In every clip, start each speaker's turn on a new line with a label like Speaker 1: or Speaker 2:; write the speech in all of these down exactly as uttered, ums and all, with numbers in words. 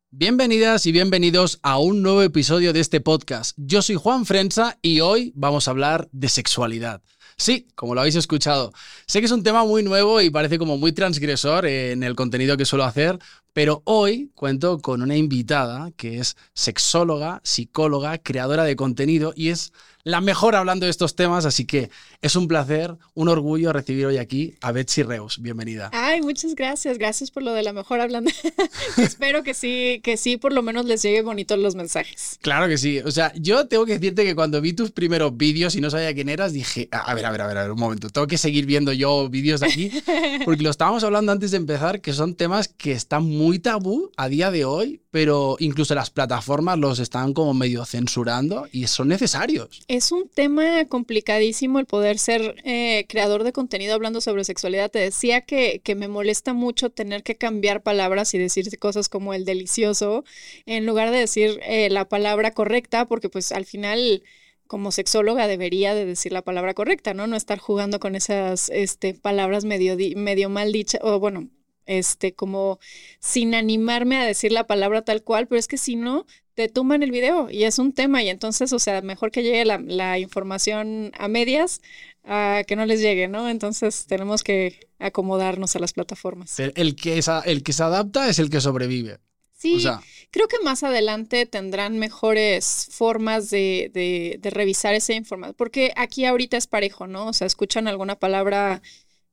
Speaker 1: Bienvenidas y bienvenidos a un nuevo episodio de este podcast. Yo soy Juan Frensa y hoy vamos a hablar de sexualidad. Sí, como lo habéis escuchado. Sé que es un tema muy nuevo y parece como muy transgresor en el contenido que suelo hacer, pero hoy cuento con una invitada que es sexóloga, psicóloga, creadora de contenido y es la mejor hablando de estos temas, así que es un placer, un orgullo recibir hoy aquí a Betsy Reus. Bienvenida.
Speaker 2: Ay, muchas gracias. Gracias por lo de la mejor hablando. Espero que sí, que sí, por lo menos les llegue bonitos los mensajes.
Speaker 1: Claro que sí. O sea, yo tengo que decirte que cuando vi tus primeros vídeos y no sabía quién eras, dije, a ver, a ver, a ver, a ver, un momento, tengo que seguir viendo yo vídeos de aquí, porque lo estábamos hablando antes de empezar, que son temas que están muy tabú a día de hoy, pero incluso las plataformas los están como medio censurando y son necesarios.
Speaker 2: Es un tema complicadísimo el poder ser eh, creador de contenido hablando sobre sexualidad. Te decía que, que me molesta mucho tener que cambiar palabras y decir cosas como el delicioso en lugar de decir eh, la palabra correcta, porque pues al final como sexóloga debería de decir la palabra correcta, ¿no? No estar jugando con esas este, palabras medio, medio mal dichas, o bueno, este, como sin animarme a decir la palabra tal cual, pero es que si no, te tumban el video y es un tema y entonces, o sea, mejor que llegue la, la información a medias a que no les llegue, ¿no? Entonces tenemos que acomodarnos a las plataformas.
Speaker 1: El, el, que, es, el que se adapta es el que sobrevive.
Speaker 2: Sí,
Speaker 1: o sea,
Speaker 2: creo que más adelante tendrán mejores formas de, de, de revisar esa información, porque aquí ahorita es parejo, ¿no? O sea, escuchan alguna palabra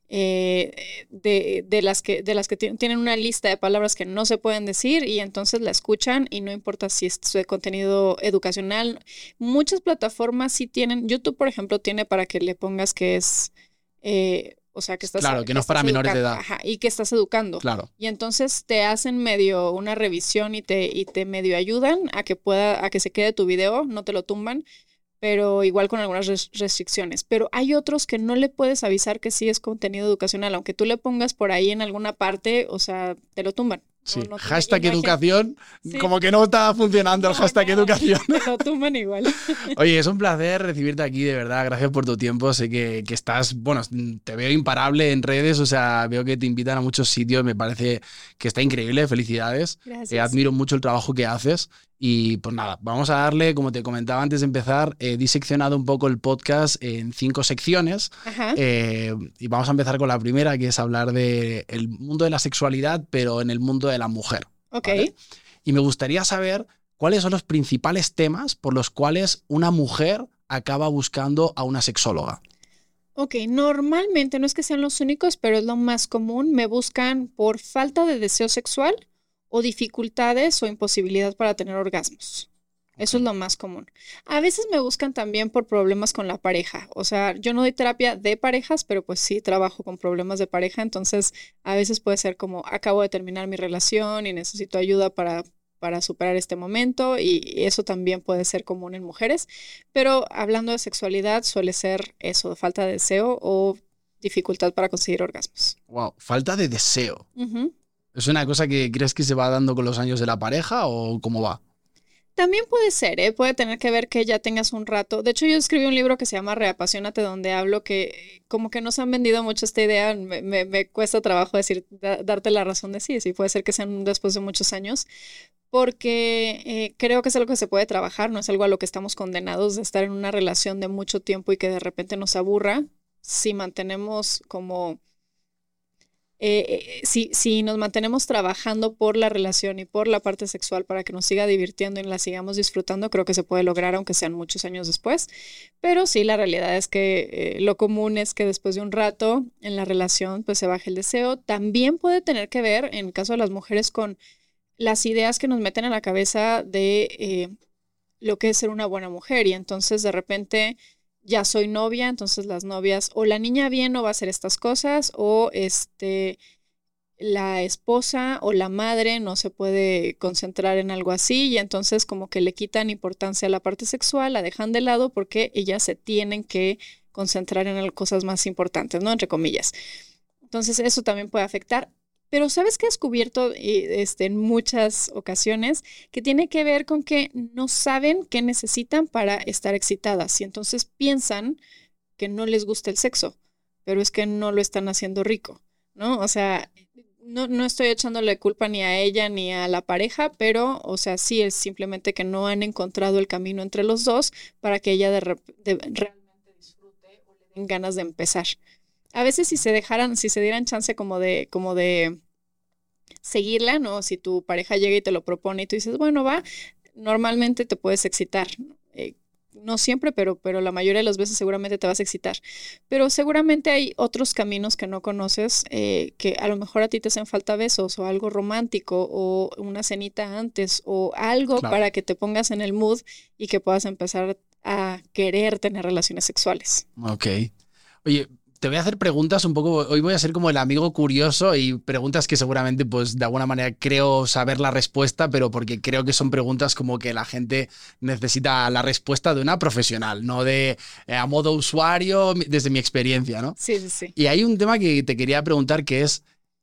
Speaker 2: eh, de, de las que, de las que t- tienen una lista de palabras que no se pueden decir y entonces la escuchan y no importa si es de contenido educacional. Muchas plataformas sí tienen, YouTube, por ejemplo, tiene para que le pongas que es... Eh, O sea, que estás...
Speaker 1: Claro, que no es
Speaker 2: estás
Speaker 1: para menores de edad.
Speaker 2: Ajá, y que estás educando.
Speaker 1: Claro.
Speaker 2: Y entonces te hacen medio una revisión y te, y te medio ayudan a que pueda, a que se quede tu video, no te lo tumban, pero igual con algunas res- restricciones. Pero hay otros que no le puedes avisar que sí es contenido educacional, aunque tú le pongas por ahí en alguna parte, o sea, te lo tumban.
Speaker 1: Sí,
Speaker 2: No, no te-
Speaker 1: hashtag
Speaker 2: imagen-
Speaker 1: educación,
Speaker 2: Sí.
Speaker 1: como que no está funcionando el
Speaker 2: No,
Speaker 1: hashtag
Speaker 2: no,
Speaker 1: educación.
Speaker 2: Te lo tumban igual.
Speaker 1: Oye, es un placer recibirte aquí, de verdad. Gracias por tu tiempo. Sé que, que estás, bueno, te veo imparable en redes, o sea, veo que te invitan a muchos sitios. Me parece que está increíble. Felicidades.
Speaker 2: Gracias.
Speaker 1: Eh, admiro mucho el trabajo que haces. Y pues nada, vamos a darle, como te comentaba antes de empezar, he diseccionado un poco el podcast en cinco secciones.
Speaker 2: Ajá.
Speaker 1: Eh, y vamos a empezar con la primera, que es hablar del mundo de la sexualidad, pero en el mundo de la mujer.
Speaker 2: Ok.
Speaker 1: ¿Vale? Y me gustaría saber cuáles son los principales temas por los cuales una mujer acaba buscando a una sexóloga.
Speaker 2: Ok, normalmente no es que sean los únicos, pero es lo más común. Me buscan por falta de deseo sexual o dificultades o imposibilidad para tener orgasmos. Eso es lo más común. A veces me buscan también por problemas con la pareja. O sea, yo no doy terapia de parejas, pero pues sí trabajo con problemas de pareja. Entonces, a veces puede ser como acabo de terminar mi relación y necesito ayuda para, para superar este momento. Y eso también puede ser común en mujeres. Pero hablando de sexualidad, suele ser eso, falta de deseo o dificultad para conseguir orgasmos.
Speaker 1: Wow, falta de deseo.
Speaker 2: Ujú.
Speaker 1: ¿Es una cosa que crees que se va dando con los años de la pareja o cómo va?
Speaker 2: También puede ser, ¿eh? Puede tener que ver que ya tengas un rato. De hecho, yo escribí un libro que se llama Reapasionate, donde hablo que como que nos han vendido mucho esta idea. Me, me, me cuesta trabajo decir, da, darte la razón de sí, sí, puede ser que sean después de muchos años, porque eh, creo que es algo que se puede trabajar, no es algo a lo que estamos condenados de estar en una relación de mucho tiempo y que de repente nos aburra. Si mantenemos como... Eh, si, si nos mantenemos trabajando por la relación y por la parte sexual para que nos siga divirtiendo y la sigamos disfrutando, creo que se puede lograr aunque sean muchos años después. Pero sí, la realidad es que eh, lo común es que después de un rato en la relación pues se baje el deseo. También puede tener que ver, en el caso de las mujeres, con las ideas que nos meten a la cabeza de eh, lo que es ser una buena mujer y entonces de repente... ya soy novia, entonces las novias, o la niña bien no va a hacer estas cosas, o este, la esposa o la madre no se puede concentrar en algo así, y entonces como que le quitan importancia a la parte sexual, la dejan de lado porque ellas se tienen que concentrar en cosas más importantes, ¿no? Entre comillas. Entonces eso también puede afectar. Pero ¿sabes qué he descubierto este, en muchas ocasiones? Que tiene que ver con que no saben qué necesitan para estar excitadas y entonces piensan que no les gusta el sexo, pero es que no lo están haciendo rico, ¿no? O sea, no, no estoy echándole culpa ni a ella ni a la pareja, pero, o sea, sí es simplemente que no han encontrado el camino entre los dos para que ella de, de, realmente disfrute o le den ganas de empezar. A veces si se dejaran, si se dieran chance como de, como de seguirla, ¿no? Si tu pareja llega y te lo propone y tú dices, bueno, va, normalmente te puedes excitar. Eh, no siempre, pero, pero la mayoría de las veces seguramente te vas a excitar. Pero seguramente hay otros caminos que no conoces, eh, que a lo mejor a ti te hacen falta besos o algo romántico o una cenita antes o algo
Speaker 1: Claro.
Speaker 2: para que te pongas en el mood y que puedas empezar a querer tener relaciones sexuales.
Speaker 1: Ok. Oye, te voy a hacer preguntas un poco, hoy voy a ser como el amigo curioso y preguntas que seguramente pues de alguna manera creo saber la respuesta, pero porque creo que son preguntas como que la gente necesita la respuesta de una profesional, no de eh, a modo usuario desde mi experiencia, ¿no?
Speaker 2: Sí, sí, sí.
Speaker 1: Y hay un tema que te quería preguntar que es,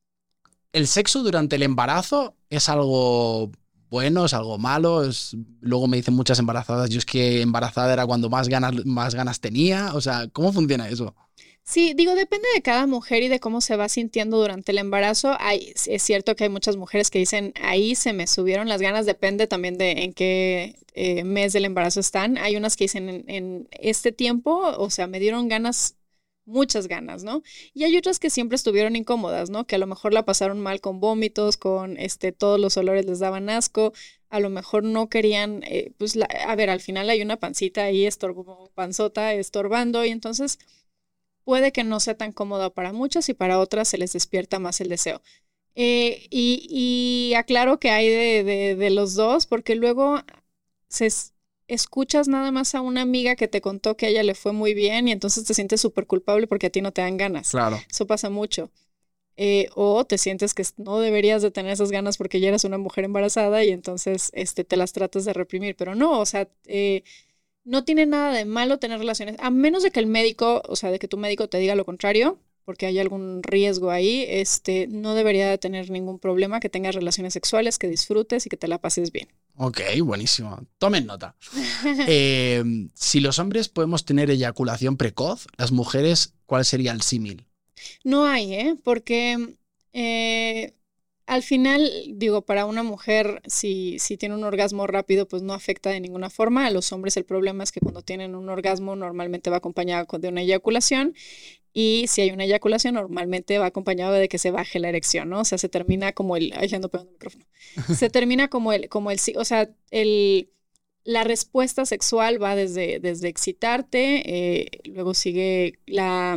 Speaker 1: ¿el sexo durante el embarazo es algo bueno, es algo malo? Es, luego me dicen muchas embarazadas, yo es que embarazada era cuando más ganas, más ganas tenía, o sea, ¿cómo funciona eso?
Speaker 2: Sí, digo, depende de cada mujer y de cómo se va sintiendo durante el embarazo. Hay, es cierto que hay muchas mujeres que dicen, ahí se me subieron las ganas, depende también de en qué eh, mes del embarazo están. Hay unas que dicen, en, en este tiempo, o sea, me dieron ganas, muchas ganas, ¿no? Y hay otras que siempre estuvieron incómodas, ¿no? Que a lo mejor la pasaron mal con vómitos, con este, todos los olores les daban asco, a lo mejor no querían, eh, pues, la, a ver, al final hay una pancita ahí, estorbo, panzota estorbando y entonces puede que no sea tan cómodo para muchas y para otras se les despierta más el deseo. Eh, y, y aclaro que hay de, de, de los dos, porque luego se es, escuchas nada más a una amiga que te contó que a ella le fue muy bien y entonces te sientes súper culpable porque a ti no te dan ganas.
Speaker 1: Claro.
Speaker 2: Eso pasa mucho. Eh, o te sientes que no deberías de tener esas ganas porque ya eres una mujer embarazada y entonces este, te las tratas de reprimir. Pero no, o sea... Eh, no tiene nada de malo tener relaciones, a menos de que el médico, o sea, de que tu médico te diga lo contrario, porque hay algún riesgo ahí, este, no debería de tener ningún problema que tengas relaciones sexuales, que disfrutes y que te la pases bien.
Speaker 1: Ok, buenísimo. Tomen nota. Eh, si los hombres podemos tener eyaculación precoz, las mujeres, ¿cuál sería el símil?
Speaker 2: No hay, ¿eh? Porque... Eh, al final, digo, para una mujer, si, si tiene un orgasmo rápido, pues no afecta de ninguna forma. A los hombres el problema es que cuando tienen un orgasmo normalmente va acompañado de una eyaculación y si hay una eyaculación normalmente va acompañado de que se baje la erección, ¿no? O sea, se termina como el... Ay, ando pegando el micrófono. Se termina como el... Como el o sea, el... La respuesta sexual va desde, desde excitarte, eh, luego sigue la...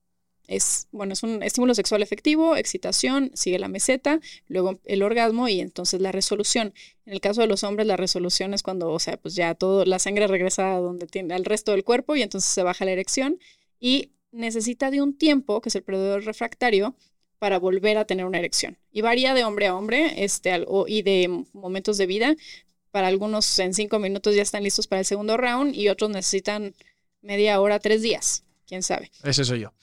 Speaker 2: Es, bueno, es un estímulo sexual efectivo, excitación, sigue la meseta, luego el orgasmo y entonces la resolución. En el caso de los hombres, la resolución es cuando, o sea, pues ya todo, la sangre regresa a donde tiene, al resto del cuerpo y entonces se baja la erección y necesita de un tiempo, que es el periodo refractario, para volver a tener una erección. Y varía de hombre a hombre este, al, o, y de momentos de vida. Para algunos en cinco minutos ya están listos para el segundo round y otros necesitan media hora, tres días. ¿Quién sabe?
Speaker 1: Ese soy yo.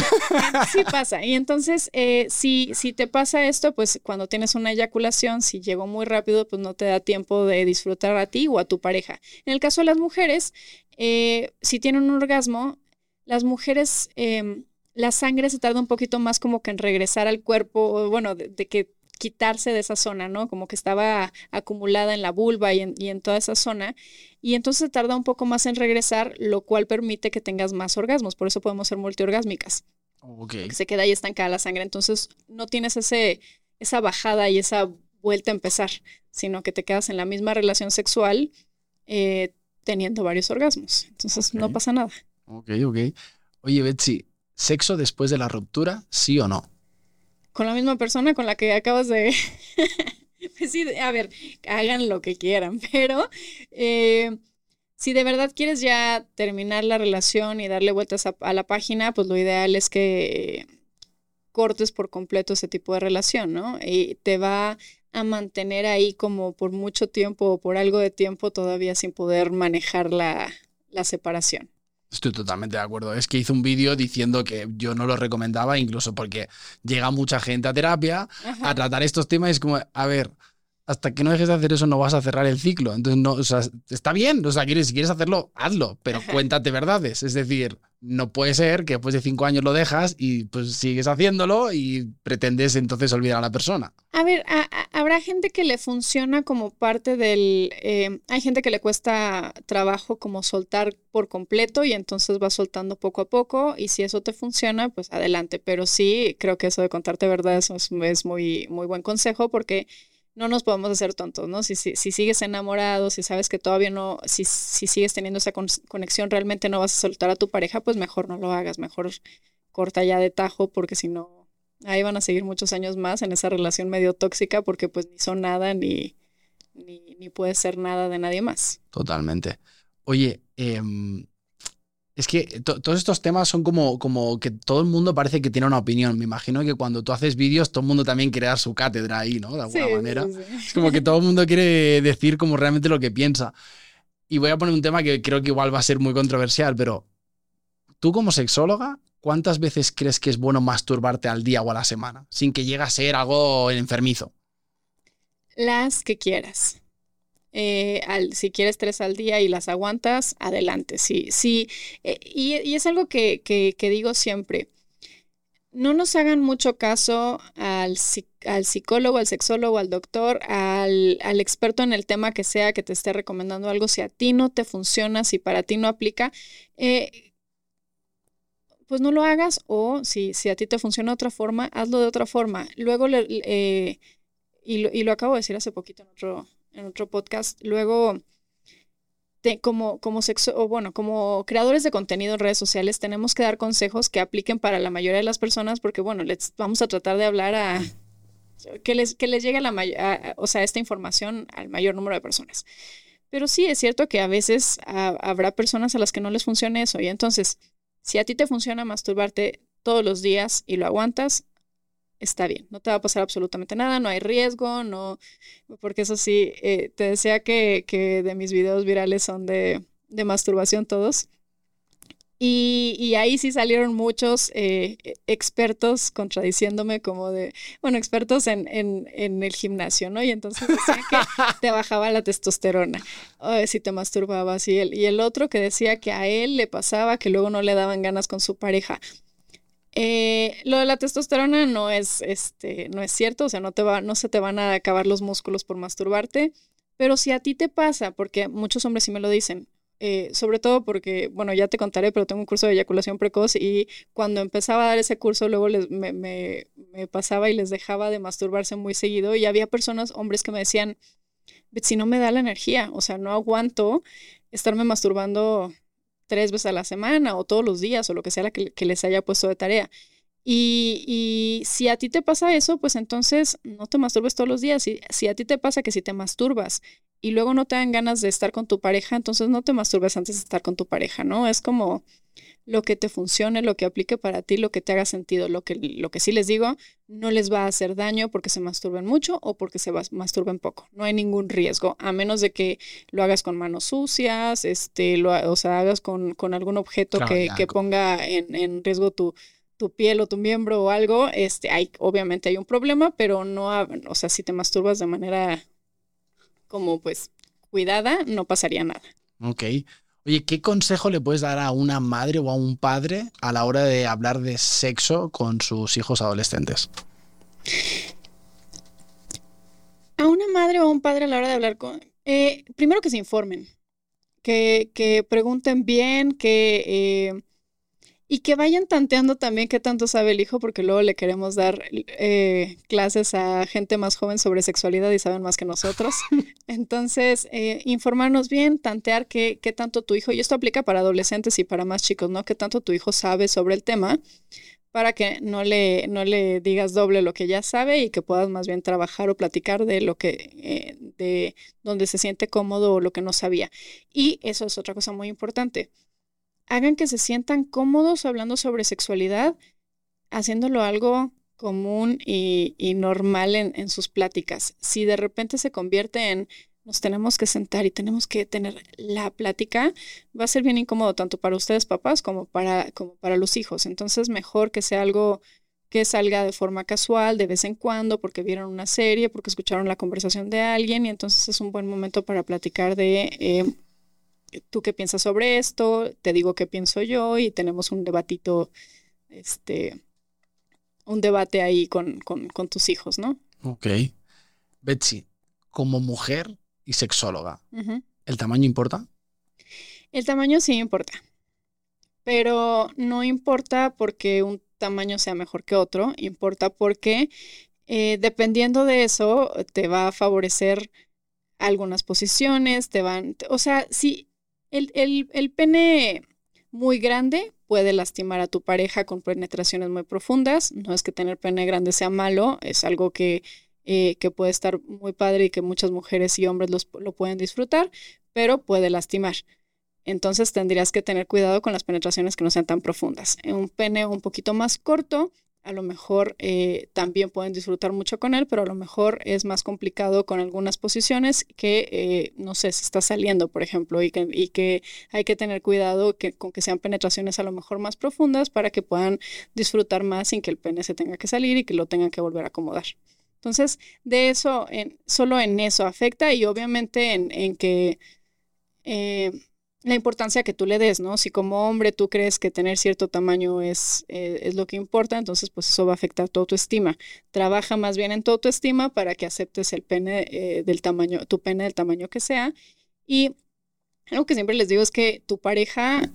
Speaker 2: Sí pasa. Y entonces, eh, si, si te pasa esto, pues cuando tienes una eyaculación, si llegó muy rápido, pues no te da tiempo de disfrutar a ti o a tu pareja. En el caso de las mujeres, eh, si tienen un orgasmo, las mujeres, eh, la sangre se tarda un poquito más como que en regresar al cuerpo, bueno, de, de que quitarse de esa zona, ¿no? Como que estaba acumulada en la vulva y en, y en toda esa zona. Y entonces tarda un poco más en regresar, lo cual permite que tengas más orgasmos. Por eso podemos ser multiorgásmicas.
Speaker 1: Okay.
Speaker 2: Porque se queda ahí estancada la sangre. Entonces no tienes ese, esa bajada y esa vuelta a empezar, sino que te quedas en la misma relación sexual eh, teniendo varios orgasmos. Entonces okay. no pasa nada.
Speaker 1: Ok, ok. Oye, Betsy, ¿sexo después de la ruptura, sí o no?
Speaker 2: Con la misma persona con la que acabas de... Pues sí, a ver, hagan lo que quieran, pero eh, si de verdad quieres ya terminar la relación y darle vueltas a, a la página, pues lo ideal es que cortes por completo ese tipo de relación, ¿no? Y te va a mantener ahí como por mucho tiempo o por algo de tiempo todavía sin poder manejar la, la separación.
Speaker 1: Estoy totalmente de acuerdo. Es que hice un vídeo diciendo que yo no lo recomendaba, incluso porque llega mucha gente a terapia Ajá. a tratar estos temas y es como, a ver, hasta que no dejes de hacer eso no vas a cerrar el ciclo. Entonces, no, o sea, está bien, o sea, quieres, si quieres hacerlo, hazlo, pero Ajá. cuéntate verdades. Es decir, no puede ser que después de cinco años lo dejas y pues sigues haciéndolo y pretendes entonces olvidar a la persona.
Speaker 2: A ver, a, a, habrá gente que le funciona como parte del... Eh, hay gente que le cuesta trabajo como soltar por completo y entonces va soltando poco a poco y si eso te funciona, pues adelante. Pero sí, creo que eso de contarte verdades es, es muy, muy buen consejo porque no nos podemos hacer tontos, ¿no? Si, si, si sigues enamorado, si sabes que todavía no, si, si sigues teniendo esa con, conexión, realmente no vas a soltar a tu pareja, pues mejor no lo hagas, mejor corta ya de tajo, porque si no, ahí van a seguir muchos años más en esa relación medio tóxica, porque pues ni son nada, ni, ni, ni puedes ser nada de nadie más.
Speaker 1: Totalmente. Oye, eh, es que to- todos estos temas son como, como que todo el mundo parece que tiene una opinión. Me imagino que cuando tú haces vídeos, todo el mundo también quiere dar su cátedra ahí, ¿no? De alguna
Speaker 2: Sí,
Speaker 1: manera.
Speaker 2: sí, sí.
Speaker 1: Es como que todo el mundo quiere decir como realmente lo que piensa. Y voy a poner un tema que creo que igual va a ser muy controversial, pero tú como sexóloga, ¿cuántas veces crees que es bueno masturbarte al día o a la semana? Sin que llegue a ser algo enfermizo.
Speaker 2: Las que quieras. Eh, al, si quieres tres al día y las aguantas, adelante. Sí, sí. Eh, y, y es algo que, que, que digo siempre. No nos hagan mucho caso al, al psicólogo, al sexólogo, al doctor, al, al experto en el tema que sea que te esté recomendando algo. Si a ti no te funciona, si para ti no aplica, eh, pues no lo hagas o si, si a ti te funciona de otra forma, hazlo de otra forma. Luego, le, eh, y, lo, y lo acabo de decir hace poquito en otro... en otro podcast, luego te, como, como sexo, o bueno, como creadores de contenido en redes sociales tenemos que dar consejos que apliquen para la mayoría de las personas porque bueno, les vamos a tratar de hablar a que les, que les llegue a la may- a, o sea, esta información al mayor número de personas. Pero sí es cierto que a veces a, habrá personas a las que no les funcione eso y entonces, si a ti te funciona masturbarte todos los días y lo aguantas, está bien, no te va a pasar absolutamente nada, no hay riesgo, no, porque eso sí, eh, te decía que, que de mis videos virales son de, de masturbación todos, y, y ahí sí salieron muchos eh, expertos contradiciéndome como de, bueno, expertos en, en, en el gimnasio, ¿no? Y entonces decían que te bajaba la testosterona, o si te masturbabas, y el, y el otro que decía que a él le pasaba que luego no le daban ganas con su pareja. Eh, lo de la testosterona no es, este, no es cierto, o sea, no, te va, no se te van a acabar los músculos por masturbarte, pero si a ti te pasa, porque muchos hombres sí me lo dicen, eh, sobre todo porque, bueno, ya te contaré, pero tengo un curso de eyaculación precoz y cuando empezaba a dar ese curso luego les, me, me, me pasaba y les dejaba de masturbarse muy seguido y había personas, hombres que me decían, si no me da la energía, o sea, no aguanto estarme masturbando tres veces a la semana o todos los días o lo que sea la que, que les haya puesto de tarea. Y, y si a ti te pasa eso, pues entonces no te masturbes todos los días. Si, si a ti te pasa que si te masturbas y luego no te dan ganas de estar con tu pareja, entonces no te masturbes antes de estar con tu pareja, ¿no? Es como lo que te funcione, lo que aplique para ti, lo que te haga sentido. Lo que, lo que sí les digo, no les va a hacer daño porque se masturben mucho o porque se masturben poco. No hay ningún riesgo, a menos de que lo hagas con manos sucias, este, lo, o sea, hagas con, con algún objeto claro, que, que ponga en, en riesgo tu, tu piel o tu miembro o algo. Este, hay, obviamente hay un problema, pero no, o sea, si te masturbas de manera como pues cuidada, no pasaría nada.
Speaker 1: Ok. Oye, ¿qué consejo le puedes dar a una madre o a un padre a la hora de hablar de sexo con sus hijos adolescentes?
Speaker 2: A una madre o a un padre a la hora de hablar con... Eh, primero que se informen, que, que pregunten bien, que... Eh, y que vayan tanteando también qué tanto sabe el hijo, porque luego le queremos dar eh, clases a gente más joven sobre sexualidad y saben más que nosotros. Entonces, eh, informarnos bien, tantear qué, qué tanto tu hijo, y esto aplica para adolescentes y para más chicos, ¿no? Qué tanto tu hijo sabe sobre el tema, para que no le, no le digas doble lo que ya sabe y que puedas más bien trabajar o platicar de lo que, eh, de donde se siente cómodo o lo que no sabía. Y eso es otra cosa muy importante. Hagan que se sientan cómodos hablando sobre sexualidad, haciéndolo algo común y, y normal en, en sus pláticas. Si de repente se convierte en nos tenemos que sentar y tenemos que tener la plática, va a ser bien incómodo tanto para ustedes papás como para, como para los hijos. Entonces mejor que sea algo que salga de forma casual, de vez en cuando, porque vieron una serie, porque escucharon la conversación de alguien, y entonces es un buen momento para platicar de eh, tú qué piensas sobre esto, te digo qué pienso yo, y tenemos un debatito, este, un debate ahí con, con, con tus hijos, ¿no?
Speaker 1: Ok. Betsy, como mujer y sexóloga,
Speaker 2: Uh-huh.
Speaker 1: ¿el tamaño importa?
Speaker 2: El tamaño sí importa, pero no importa porque un tamaño sea mejor que otro, importa porque eh, dependiendo de eso te va a favorecer algunas posiciones, te van, o sea, si el, el, el pene muy grande puede lastimar a tu pareja con penetraciones muy profundas, no es que tener pene grande sea malo, es algo que, eh, que puede estar muy padre y que muchas mujeres y hombres los, lo pueden disfrutar, pero puede lastimar. Entonces tendrías que tener cuidado con las penetraciones que no sean tan profundas. En un pene un poquito más corto, a lo mejor eh, también pueden disfrutar mucho con él, pero a lo mejor es más complicado con algunas posiciones que, eh, no sé, se está saliendo, por ejemplo, y que, y que hay que tener cuidado que, con que sean penetraciones a lo mejor más profundas para que puedan disfrutar más sin que el pene se tenga que salir y que lo tengan que volver a acomodar. Entonces, de eso, en, solo en eso afecta y obviamente en, en que... Eh, la importancia que tú le des, ¿no? Si como hombre tú crees que tener cierto tamaño es, eh, es lo que importa, entonces pues eso va a afectar tu autoestima. Trabaja más bien en tu autoestima para que aceptes el pene eh, del tamaño, tu pene del tamaño que sea. Y algo que siempre les digo es que tu pareja,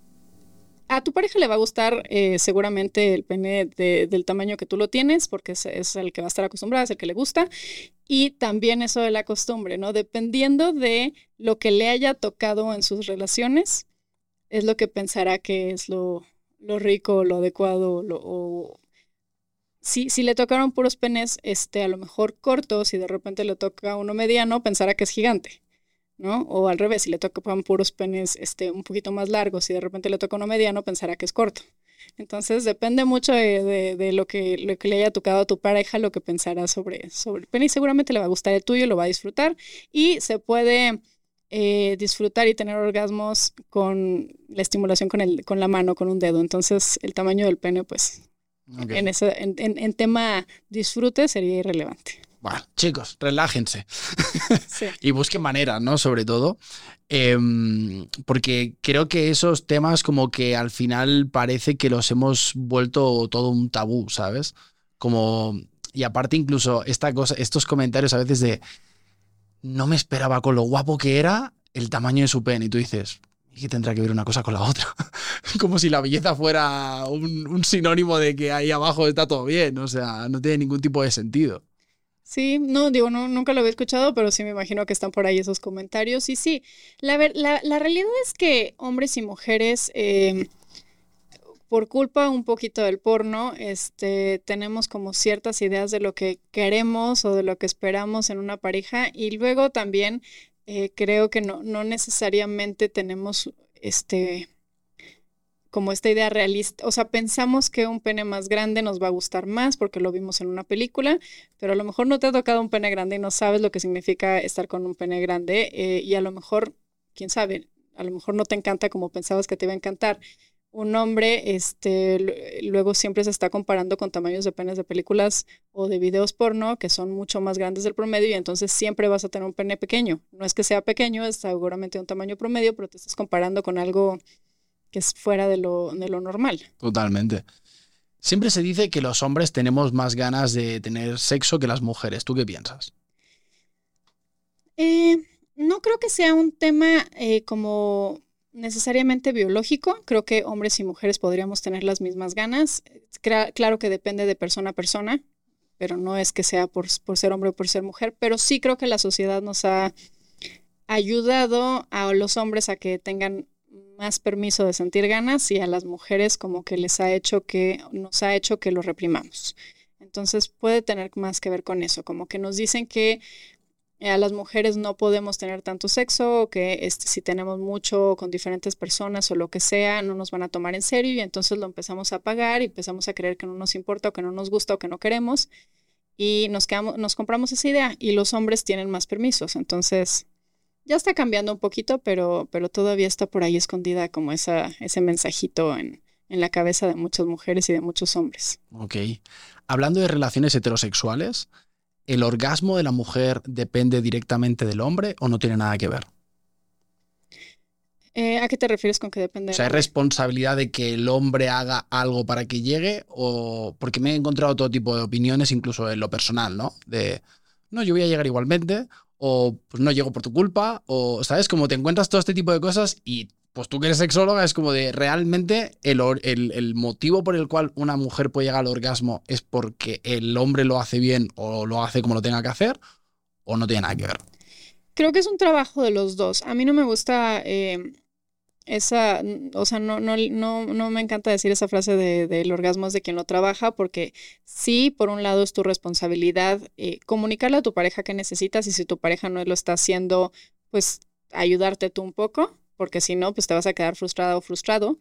Speaker 2: a tu pareja le va a gustar eh, seguramente el pene de, del tamaño que tú lo tienes, porque es, es el que va a estar acostumbrado, es el que le gusta. Y también eso de la costumbre, ¿no? Dependiendo de lo que le haya tocado en sus relaciones, es lo que pensará que es lo, lo rico, lo adecuado, lo, o... Si, si le tocaron puros penes, este, a lo mejor cortos, y de repente le toca uno mediano, pensará que es gigante, ¿no? O al revés, si le tocan puros penes este, un poquito más largos y de repente le toca uno mediano, pensará que es corto. Entonces depende mucho de, de, de lo, que, lo que le haya tocado a tu pareja, lo que pensará sobre, sobre el pene, y seguramente le va a gustar el tuyo, lo va a disfrutar, y se puede eh, disfrutar y tener orgasmos con la estimulación con, el, con la mano, con un dedo. Entonces el tamaño del pene, pues, okay. en, ese, en, en, en tema disfrute sería irrelevante.
Speaker 1: Bueno, chicos, relájense.
Speaker 2: Sí.
Speaker 1: Y busquen maneras, ¿no? Sobre todo. Eh, porque creo que esos temas como que al final parece que los hemos vuelto todo un tabú, ¿sabes? Como... Y aparte incluso esta cosa, estos comentarios a veces de no me esperaba con lo guapo que era el tamaño de su pene. Y tú dices, ¿y qué tendrá que ver una cosa con la otra? Como si la belleza fuera un, un sinónimo de que ahí abajo está todo bien. O sea, no tiene ningún tipo de sentido.
Speaker 2: Sí, no, digo, no, nunca lo había escuchado, pero sí me imagino que están por ahí esos comentarios. Y sí, la, ver, la, la realidad es que hombres y mujeres, eh, por culpa un poquito del porno, este, tenemos como ciertas ideas de lo que queremos o de lo que esperamos en una pareja. Y luego también eh, creo que no, no necesariamente tenemos este... como esta idea realista, o sea, pensamos que un pene más grande nos va a gustar más porque lo vimos en una película, pero a lo mejor no te ha tocado un pene grande y no sabes lo que significa estar con un pene grande, eh, y a lo mejor, quién sabe, a lo mejor no te encanta como pensabas que te iba a encantar. Un hombre, este, luego siempre se está comparando con tamaños de penes de películas o de videos porno que son mucho más grandes del promedio, y entonces siempre vas a tener un pene pequeño. No es que sea pequeño, es seguramente un tamaño promedio, pero te estás comparando con algo que es fuera de lo, de lo normal.
Speaker 1: Totalmente. Siempre se dice que los hombres tenemos más ganas de tener sexo que las mujeres. ¿Tú qué piensas?
Speaker 2: Eh, no creo que sea un tema eh, como necesariamente biológico. Creo que hombres y mujeres podríamos tener las mismas ganas. Cla- claro que depende de persona a persona, pero no es que sea por, por ser hombre o por ser mujer, pero sí creo que la sociedad nos ha ayudado a los hombres a que tengan más permiso de sentir ganas, y a las mujeres como que les ha hecho que, nos ha hecho que lo reprimamos. Entonces puede tener más que ver con eso, como que nos dicen que a las mujeres no podemos tener tanto sexo, o que este, si tenemos mucho con diferentes personas o lo que sea, no nos van a tomar en serio, y entonces lo empezamos a pagar y empezamos a creer que no nos importa o que no nos gusta o que no queremos, y nos, quedamos, nos compramos esa idea, y los hombres tienen más permisos. Entonces ya está cambiando un poquito, pero, pero todavía está por ahí escondida como esa, ese mensajito en, en la cabeza de muchas mujeres y de muchos hombres.
Speaker 1: Ok. Hablando de relaciones heterosexuales, ¿el orgasmo de la mujer depende directamente del hombre o no tiene nada que ver?
Speaker 2: Eh, ¿A qué te refieres con que depende?
Speaker 1: O sea, ¿hay responsabilidad de que el hombre haga algo para que llegue? O porque me he encontrado todo tipo de opiniones, incluso en lo personal, ¿no? De, no, yo voy a llegar igualmente, o pues no llego por tu culpa, o, ¿sabes? Como te encuentras todo este tipo de cosas y pues tú que eres sexóloga es como de, realmente el, el, el motivo por el cual una mujer puede llegar al orgasmo es porque el hombre lo hace bien o lo hace como lo tenga que hacer, o no tiene nada que ver.
Speaker 2: Creo que es un trabajo de los dos. A mí no me gusta... Eh, esa, o sea, no, no, no, no me encanta decir esa frase de, de el orgasmo es de quien lo trabaja, porque sí, por un lado es tu responsabilidad eh, comunicarle a tu pareja qué necesitas, y si tu pareja no lo está haciendo, pues ayudarte tú un poco, porque si no, pues te vas a quedar frustrada o frustrado.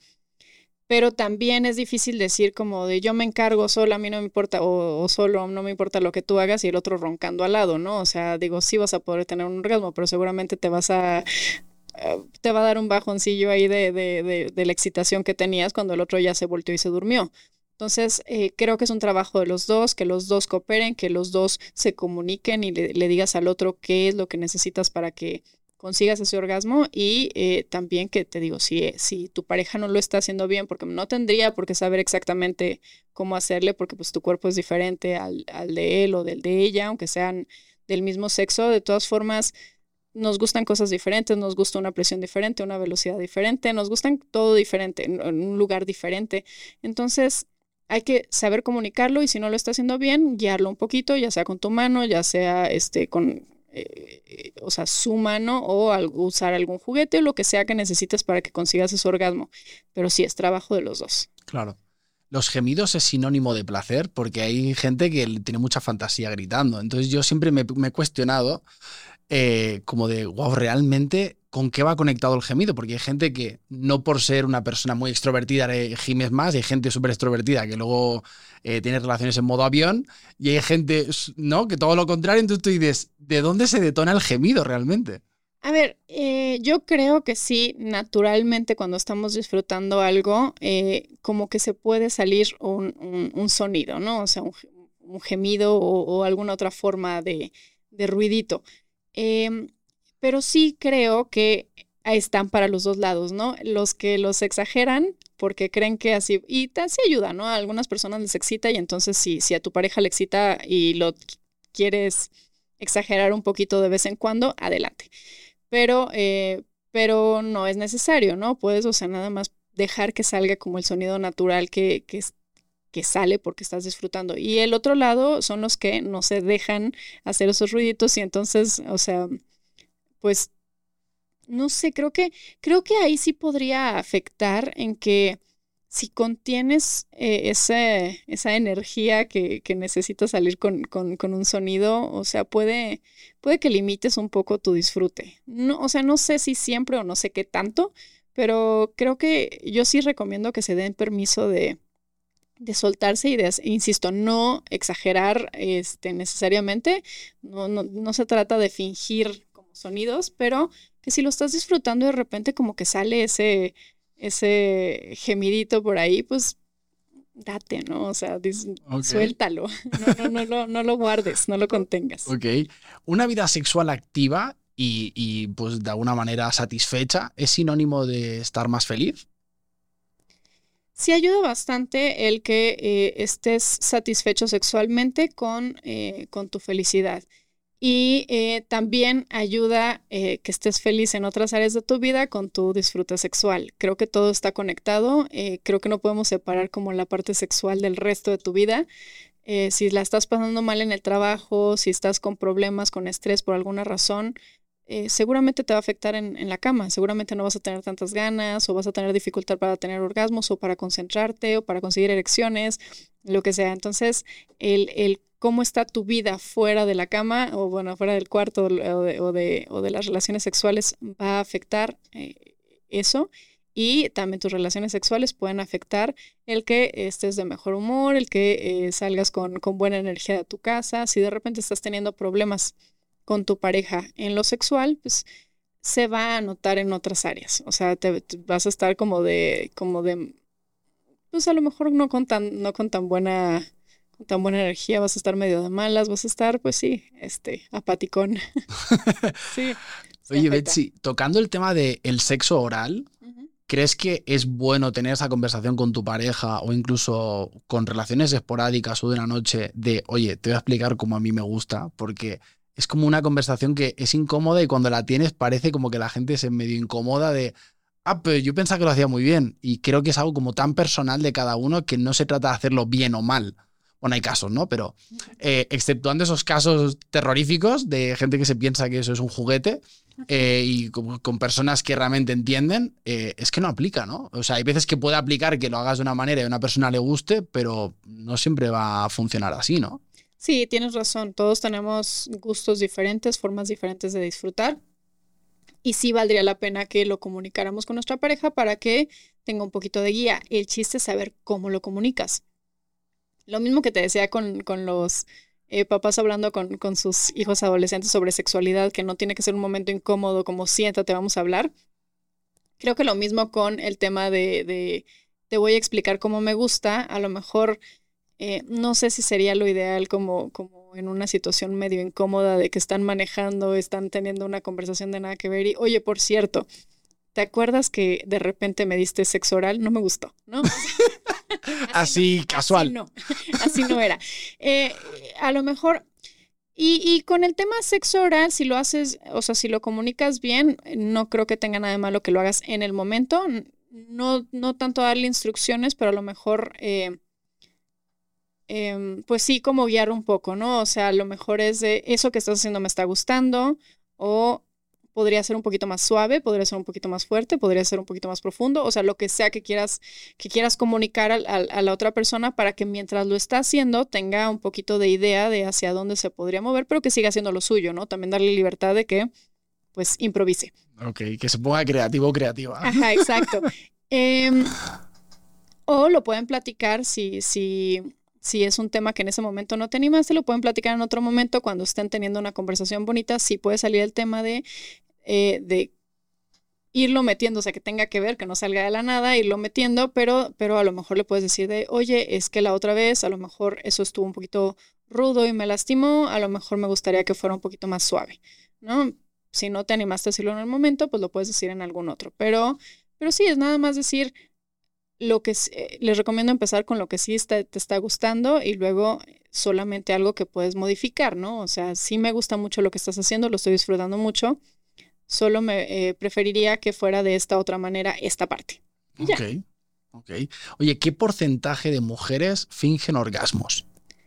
Speaker 2: Pero también es difícil decir como de yo me encargo solo, a mí no me importa, o, o solo no me importa lo que tú hagas y el otro roncando al lado, ¿no? O sea, digo, sí vas a poder tener un orgasmo, pero seguramente te vas a Uh, te va a dar un bajoncillo ahí de, de, de, de la excitación que tenías cuando el otro ya se volteó y se durmió. Entonces, eh, creo que es un trabajo de los dos, que los dos cooperen, que los dos se comuniquen y le, le digas al otro qué es lo que necesitas para que consigas ese orgasmo. Y eh, también que te digo, si, si tu pareja no lo está haciendo bien, porque no tendría por qué saber exactamente cómo hacerle, porque pues tu cuerpo es diferente al, al de él o del de ella, aunque sean del mismo sexo, de todas formas nos gustan cosas diferentes, nos gusta una presión diferente, una velocidad diferente, nos gustan todo diferente, en, en un lugar diferente. Entonces, hay que saber comunicarlo y si no lo está haciendo bien, guiarlo un poquito, ya sea con tu mano, ya sea este, con, eh, o sea, su mano o al, usar algún juguete o lo que sea que necesites para que consigas ese orgasmo. Pero sí, es trabajo de los dos.
Speaker 1: Claro. Los gemidos es sinónimo de placer porque hay gente que tiene mucha fantasía gritando. Entonces yo siempre me, me he cuestionado eh, como de, wow, realmente, ¿con qué va conectado el gemido? Porque hay gente que no por ser una persona muy extrovertida eh, gimes más, y hay gente súper extrovertida que luego eh, tiene relaciones en modo avión, y hay gente, ¿no?, que todo lo contrario. Entonces tú dices, ¿de dónde se detona el gemido realmente?
Speaker 2: A ver, eh, yo creo que sí, naturalmente cuando estamos disfrutando algo, eh, como que se puede salir un, un, un sonido, ¿no? O sea, un, un gemido o, o alguna otra forma de, de ruidito. Eh, pero sí creo que están para los dos lados, ¿no? Los que los exageran porque creen que así, y te sí ayuda, ¿no? A algunas personas les excita y entonces si, si a tu pareja le excita y lo quieres exagerar un poquito de vez en cuando, adelante. Pero, eh, pero no es necesario, ¿no? Puedes, o sea, nada más dejar que salga como el sonido natural que, que, que sale porque estás disfrutando. Y el otro lado son los que no se dejan hacer esos ruiditos y entonces, o sea, pues, no sé, creo que, creo que ahí sí podría afectar en que si contienes eh, ese, esa energía que, que necesita salir con, con, con un sonido, o sea, puede, puede que limites un poco tu disfrute. No, o sea, no sé si siempre o no sé qué tanto, pero creo que yo sí recomiendo que se den permiso de, de soltarse y de, insisto, no exagerar este, necesariamente. No, no, no se trata de fingir como sonidos, pero que si lo estás disfrutando de repente como que sale ese... ese gemidito por ahí, pues date, ¿no? O sea, dis, okay. Suéltalo. No, no, no, no, no lo guardes, no lo contengas.
Speaker 1: Ok. Una vida sexual activa y, y pues de alguna manera satisfecha es sinónimo de estar más feliz.
Speaker 2: Sí ayuda bastante el que eh, estés satisfecho sexualmente con, eh, con tu felicidad. Y eh, también ayuda eh, que estés feliz en otras áreas de tu vida con tu disfrute sexual. Creo que todo está conectado. Eh, creo que no podemos separar como la parte sexual del resto de tu vida. Eh, si la estás pasando mal en el trabajo, si estás con problemas, con estrés por alguna razón, eh, seguramente te va a afectar en, en la cama. Seguramente no vas a tener tantas ganas o vas a tener dificultad para tener orgasmos o para concentrarte o para conseguir erecciones, lo que sea. Entonces, el, el cómo está tu vida fuera de la cama o bueno, fuera del cuarto o de, o de, o de las relaciones sexuales va a afectar eh, eso. Y también tus relaciones sexuales pueden afectar el que estés de mejor humor, el que eh, salgas con, con buena energía de tu casa. Si de repente estás teniendo problemas con tu pareja en lo sexual, pues se va a notar en otras áreas. O sea, te, te vas a estar como de, como de pues a lo mejor no con tan, no con tan buena, con tan buena energía, vas a estar medio de malas, vas a estar, pues sí, este, apaticón. Sí, sí
Speaker 1: Oye,
Speaker 2: afecta.
Speaker 1: Betsy, tocando el tema del sexo oral,
Speaker 2: Ujú.
Speaker 1: ¿crees que es bueno tener esa conversación con tu pareja o incluso con relaciones esporádicas o de una noche de, oye, te voy a explicar cómo a mí me gusta? Porque es como una conversación que es incómoda y cuando la tienes parece como que la gente se medio incomoda de, ah, pero yo pensaba que lo hacía muy bien. Y creo que es algo como tan personal de cada uno que no se trata de hacerlo bien o mal. Bueno, hay casos, ¿no? Pero eh, exceptuando esos casos terroríficos de gente que se piensa que eso es un juguete, eh, y con, con personas que realmente entienden, eh, es que no aplica, ¿no? O sea, hay veces que puede aplicar que lo hagas de una manera y a una persona le guste, pero no siempre va a funcionar así, ¿no?
Speaker 2: Sí, tienes razón. Todos tenemos gustos diferentes, formas diferentes de disfrutar. Y sí valdría la pena que lo comunicáramos con nuestra pareja para que tenga un poquito de guía. El chiste es saber cómo lo comunicas. Lo mismo que te decía con, con los eh, papás hablando con, con sus hijos adolescentes sobre sexualidad, que no tiene que ser un momento incómodo como siéntate, vamos a hablar. Creo que lo mismo con el tema de, de te voy a explicar cómo me gusta. A lo mejor eh, no sé si sería lo ideal como, como en una situación medio incómoda de que están manejando, están teniendo una conversación de nada que ver y, oye, por cierto, ¿te acuerdas que de repente me diste sexo oral? No me gustó, ¿no? Así no,
Speaker 1: Así,
Speaker 2: así
Speaker 1: casual.
Speaker 2: no, así no era. Eh, a lo mejor, y, y con el tema sexo oral, si lo haces, o sea, si lo comunicas bien, no creo que tenga nada de malo que lo hagas en el momento. No, no tanto darle instrucciones, pero a lo mejor, eh, eh, pues sí, como guiar un poco, ¿no? O sea, a lo mejor es de eso que estás haciendo me está gustando, o podría ser un poquito más suave, podría ser un poquito más fuerte, podría ser un poquito más profundo, o sea, lo que sea que quieras, que quieras comunicar a, a, a la otra persona para que mientras lo está haciendo tenga un poquito de idea de hacia dónde se podría mover, pero que siga haciendo lo suyo, ¿no? También darle libertad de que, pues, improvise.
Speaker 1: Ok, que se ponga creativo o creativa.
Speaker 2: Ajá, exacto. Eh, o lo pueden platicar si, si, si es un tema que en ese momento no te animaste, lo pueden platicar en otro momento cuando estén teniendo una conversación bonita. Sí puede salir el tema de, eh, de irlo metiendo, o sea, que tenga que ver, que no salga de la nada, irlo metiendo, pero, pero a lo mejor le puedes decir de, oye, es que la otra vez a lo mejor eso estuvo un poquito rudo y me lastimó, a lo mejor me gustaría que fuera un poquito más suave, ¿no? Si no te animaste a decirlo en el momento, pues lo puedes decir en algún otro, pero, pero sí, es nada más decir lo que eh, les recomiendo empezar con lo que sí está, te está gustando y luego solamente algo que puedes modificar, ¿no? O sea, sí me gusta mucho lo que estás haciendo, lo estoy disfrutando mucho, solo me eh, preferiría que fuera de esta otra manera esta parte. Y
Speaker 1: Ok,
Speaker 2: ya.
Speaker 1: ok. Oye, ¿qué porcentaje de mujeres fingen orgasmos?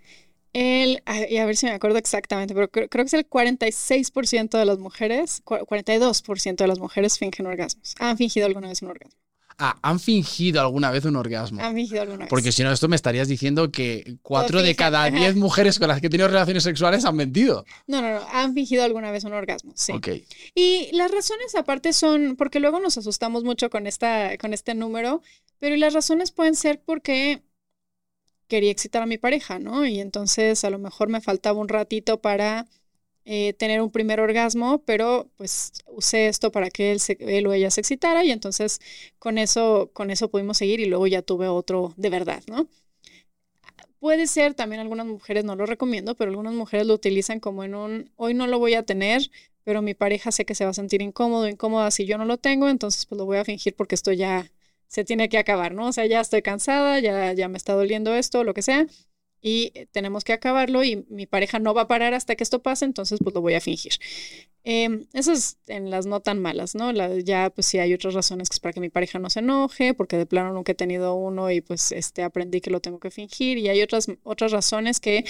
Speaker 2: El, a, y a ver si me acuerdo exactamente, pero creo, creo que es el cuarenta y seis por ciento de las mujeres, cuarenta y dos por ciento de las mujeres fingen orgasmos. Han fingido alguna vez un orgasmo.
Speaker 1: Ah, ¿han fingido alguna vez un orgasmo?
Speaker 2: Han fingido alguna
Speaker 1: Porque
Speaker 2: vez.
Speaker 1: si no, esto me estarías diciendo que
Speaker 2: Todos
Speaker 1: cuatro de
Speaker 2: fingen.
Speaker 1: cada diez
Speaker 2: Ajá.
Speaker 1: mujeres con las que he tenido relaciones sexuales han mentido.
Speaker 2: No, no, no. Han fingido alguna vez un orgasmo, sí.
Speaker 1: Ok.
Speaker 2: Y las razones aparte son, porque luego nos asustamos mucho con, esta, con este número, pero las razones pueden ser porque quería excitar a mi pareja, ¿no? Y entonces a lo mejor me faltaba un ratito para eh, tener un primer orgasmo, pero pues usé esto para que él, se, él o ella se excitara y entonces con eso, con eso pudimos seguir y luego ya tuve otro de verdad, ¿no? Puede ser, también algunas mujeres no lo recomiendo, pero algunas mujeres lo utilizan como en un, hoy no lo voy a tener, pero mi pareja sé que se va a sentir incómodo, incómoda si yo no lo tengo, entonces pues lo voy a fingir porque esto ya se tiene que acabar, ¿no? O sea, ya estoy cansada, ya, ya me está doliendo esto, lo que sea, y tenemos que acabarlo y mi pareja no va a parar hasta que esto pase, entonces pues lo voy a fingir. Eh, eso es en las no tan malas, ¿no? La, ya pues sí hay otras razones que es para que mi pareja no se enoje, porque de plano nunca he tenido uno y pues este aprendí que lo tengo que fingir y hay otras, otras razones que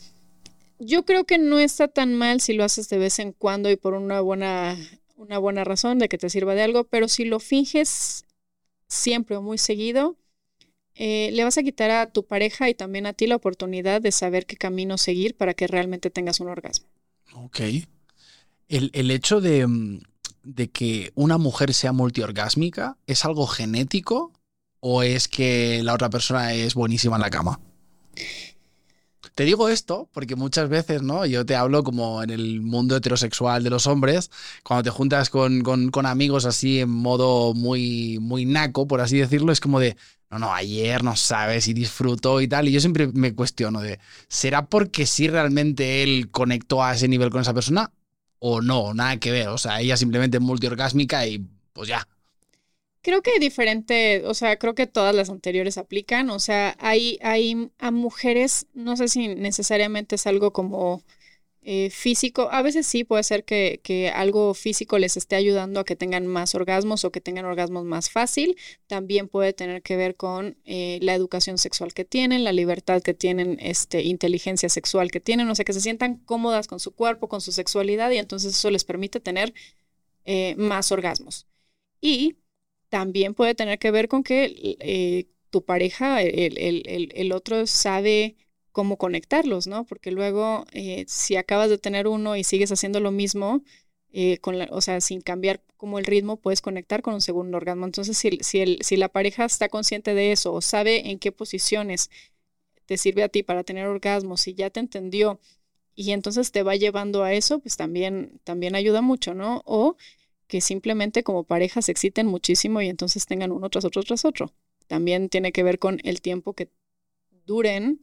Speaker 2: yo creo que no está tan mal si lo haces de vez en cuando y por una buena, una buena razón de que te sirva de algo, pero si lo finges siempre o muy seguido, eh, le vas a quitar a tu pareja y también a ti la oportunidad de saber qué camino seguir para que realmente tengas un orgasmo.
Speaker 1: Ok. El, el hecho de, de que una mujer sea multiorgásmica, ¿es algo genético o es que la otra persona es buenísima en la cama? te digo esto porque muchas veces, ¿no? Yo te hablo como en el mundo heterosexual de los hombres, cuando te juntas con, con, con amigos así en modo muy, muy naco, por así decirlo, es como de, no, no, ayer no sabes y disfrutó y tal. Y yo siempre me cuestiono de, ¿será porque sí realmente él conectó a ese nivel con esa persona o no? Nada que ver. O sea, ella simplemente es multiorgásmica y pues ya.
Speaker 2: Creo que hay diferente, o sea, creo que todas las anteriores aplican, o sea, hay, hay a mujeres, no sé si necesariamente es algo como eh, físico, a veces sí puede ser que, que algo físico les esté ayudando a que tengan más orgasmos o que tengan orgasmos más fácil, también puede tener que ver con eh, la educación sexual que tienen, la libertad que tienen, este, inteligencia sexual que tienen, o sea, que se sientan cómodas con su cuerpo, con su sexualidad y entonces eso les permite tener eh, más orgasmos. Y también puede tener que ver con que eh, tu pareja, el, el, el, el otro sabe cómo conectarlos, ¿no? Porque luego, eh, si acabas de tener uno y sigues haciendo lo mismo, eh, con la, o sea, sin cambiar como el ritmo, puedes conectar con un segundo orgasmo. Entonces, si, si, el, si la pareja está consciente de eso o sabe en qué posiciones te sirve a ti para tener orgasmos y ya te entendió y entonces te va llevando a eso, pues también, también ayuda mucho, ¿no? O que simplemente como pareja se exciten muchísimo y entonces tengan uno tras otro tras otro. También tiene que ver con el tiempo que duren,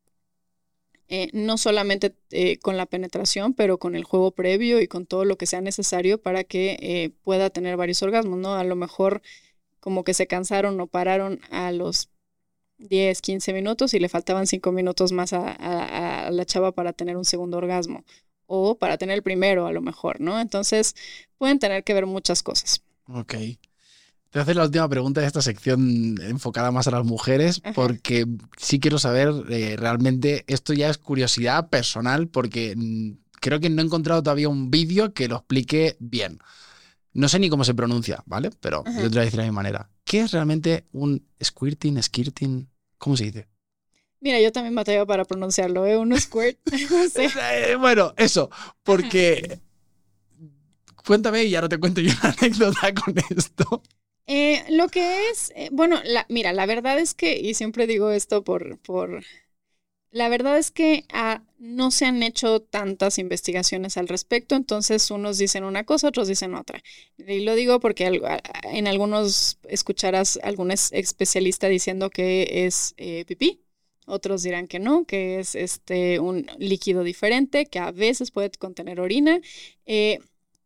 Speaker 2: eh, no solamente eh, con la penetración, pero con el juego previo y con todo lo que sea necesario para que eh, pueda tener varios orgasmos, ¿no? A lo mejor como que se cansaron o pararon a los diez, quince minutos y le faltaban cinco minutos más a, a, a la chava para tener un segundo orgasmo. O para tener el primero, a lo mejor, ¿no? Entonces, pueden tener que ver muchas cosas.
Speaker 1: Ok. Te voy a hacer la última pregunta de esta sección enfocada más a las mujeres,
Speaker 2: Ajá.
Speaker 1: porque sí quiero saber eh, realmente, esto ya es curiosidad personal, porque mm, creo que no he encontrado todavía un vídeo que lo explique bien. No sé ni cómo se pronuncia, ¿vale? Pero
Speaker 2: Ajá.
Speaker 1: yo te lo voy a decir de mi manera. ¿Qué es realmente un squirting, skirting? ¿Cómo se dice?
Speaker 2: Mira, yo también batallo para pronunciarlo, ¿eh? Un squirt. No sé.
Speaker 1: Eh, bueno, eso, porque... Cuéntame y ya no te cuento yo una anécdota con esto.
Speaker 2: Eh, lo que es, eh, bueno, la, mira, la verdad es que, y siempre digo esto por, por la verdad es que ah, no se han hecho tantas investigaciones al respecto, entonces unos dicen una cosa, otros dicen otra. Y lo digo porque al, en algunos escucharás algún especialista diciendo que es eh, pipí. Otros dirán que no, que es este un líquido diferente, que a veces puede contener orina. Eh,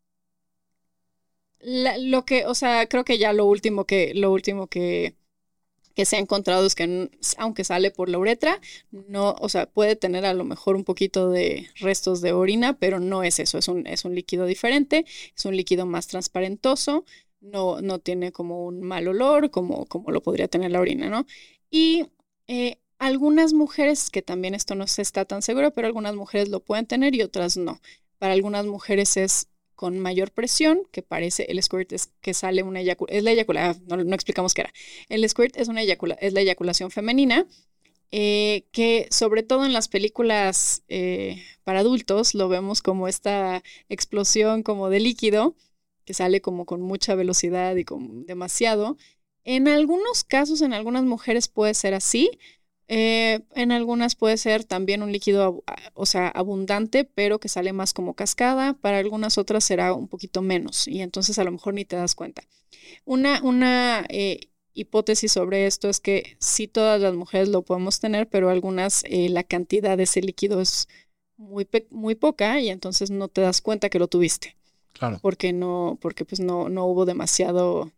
Speaker 2: la, lo que, o sea, creo que ya lo último que, lo último que, que se ha encontrado es que aunque sale por la uretra, no, o sea, puede tener a lo mejor un poquito de restos de orina, pero no es eso, es un, es un líquido diferente, es un líquido más transparentoso, no, no tiene como un mal olor, como, como lo podría tener la orina, ¿no? Y eh, algunas mujeres, que también esto no se está tan seguro, pero algunas mujeres lo pueden tener y otras no. Para algunas mujeres es con mayor presión, que parece, el squirt es que sale una eyaculación, es la eyaculación, no, no explicamos qué era. El squirt es, una eyacula, es la eyaculación femenina, eh, que sobre todo en las películas eh, para adultos lo vemos como esta explosión como de líquido, que sale como con mucha velocidad y con demasiado. En algunos casos, en algunas mujeres puede ser así. Eh, en algunas puede ser también un líquido, o sea, abundante, pero que sale más como cascada. Para algunas otras será un poquito menos y entonces a lo mejor ni te das cuenta. Una, una eh, hipótesis sobre esto es que sí todas las mujeres lo podemos tener, pero algunas eh, la cantidad de ese líquido es muy, pe- muy poca y entonces no te das cuenta que lo tuviste.
Speaker 1: Claro.
Speaker 2: Porque no, porque pues no, no hubo demasiado,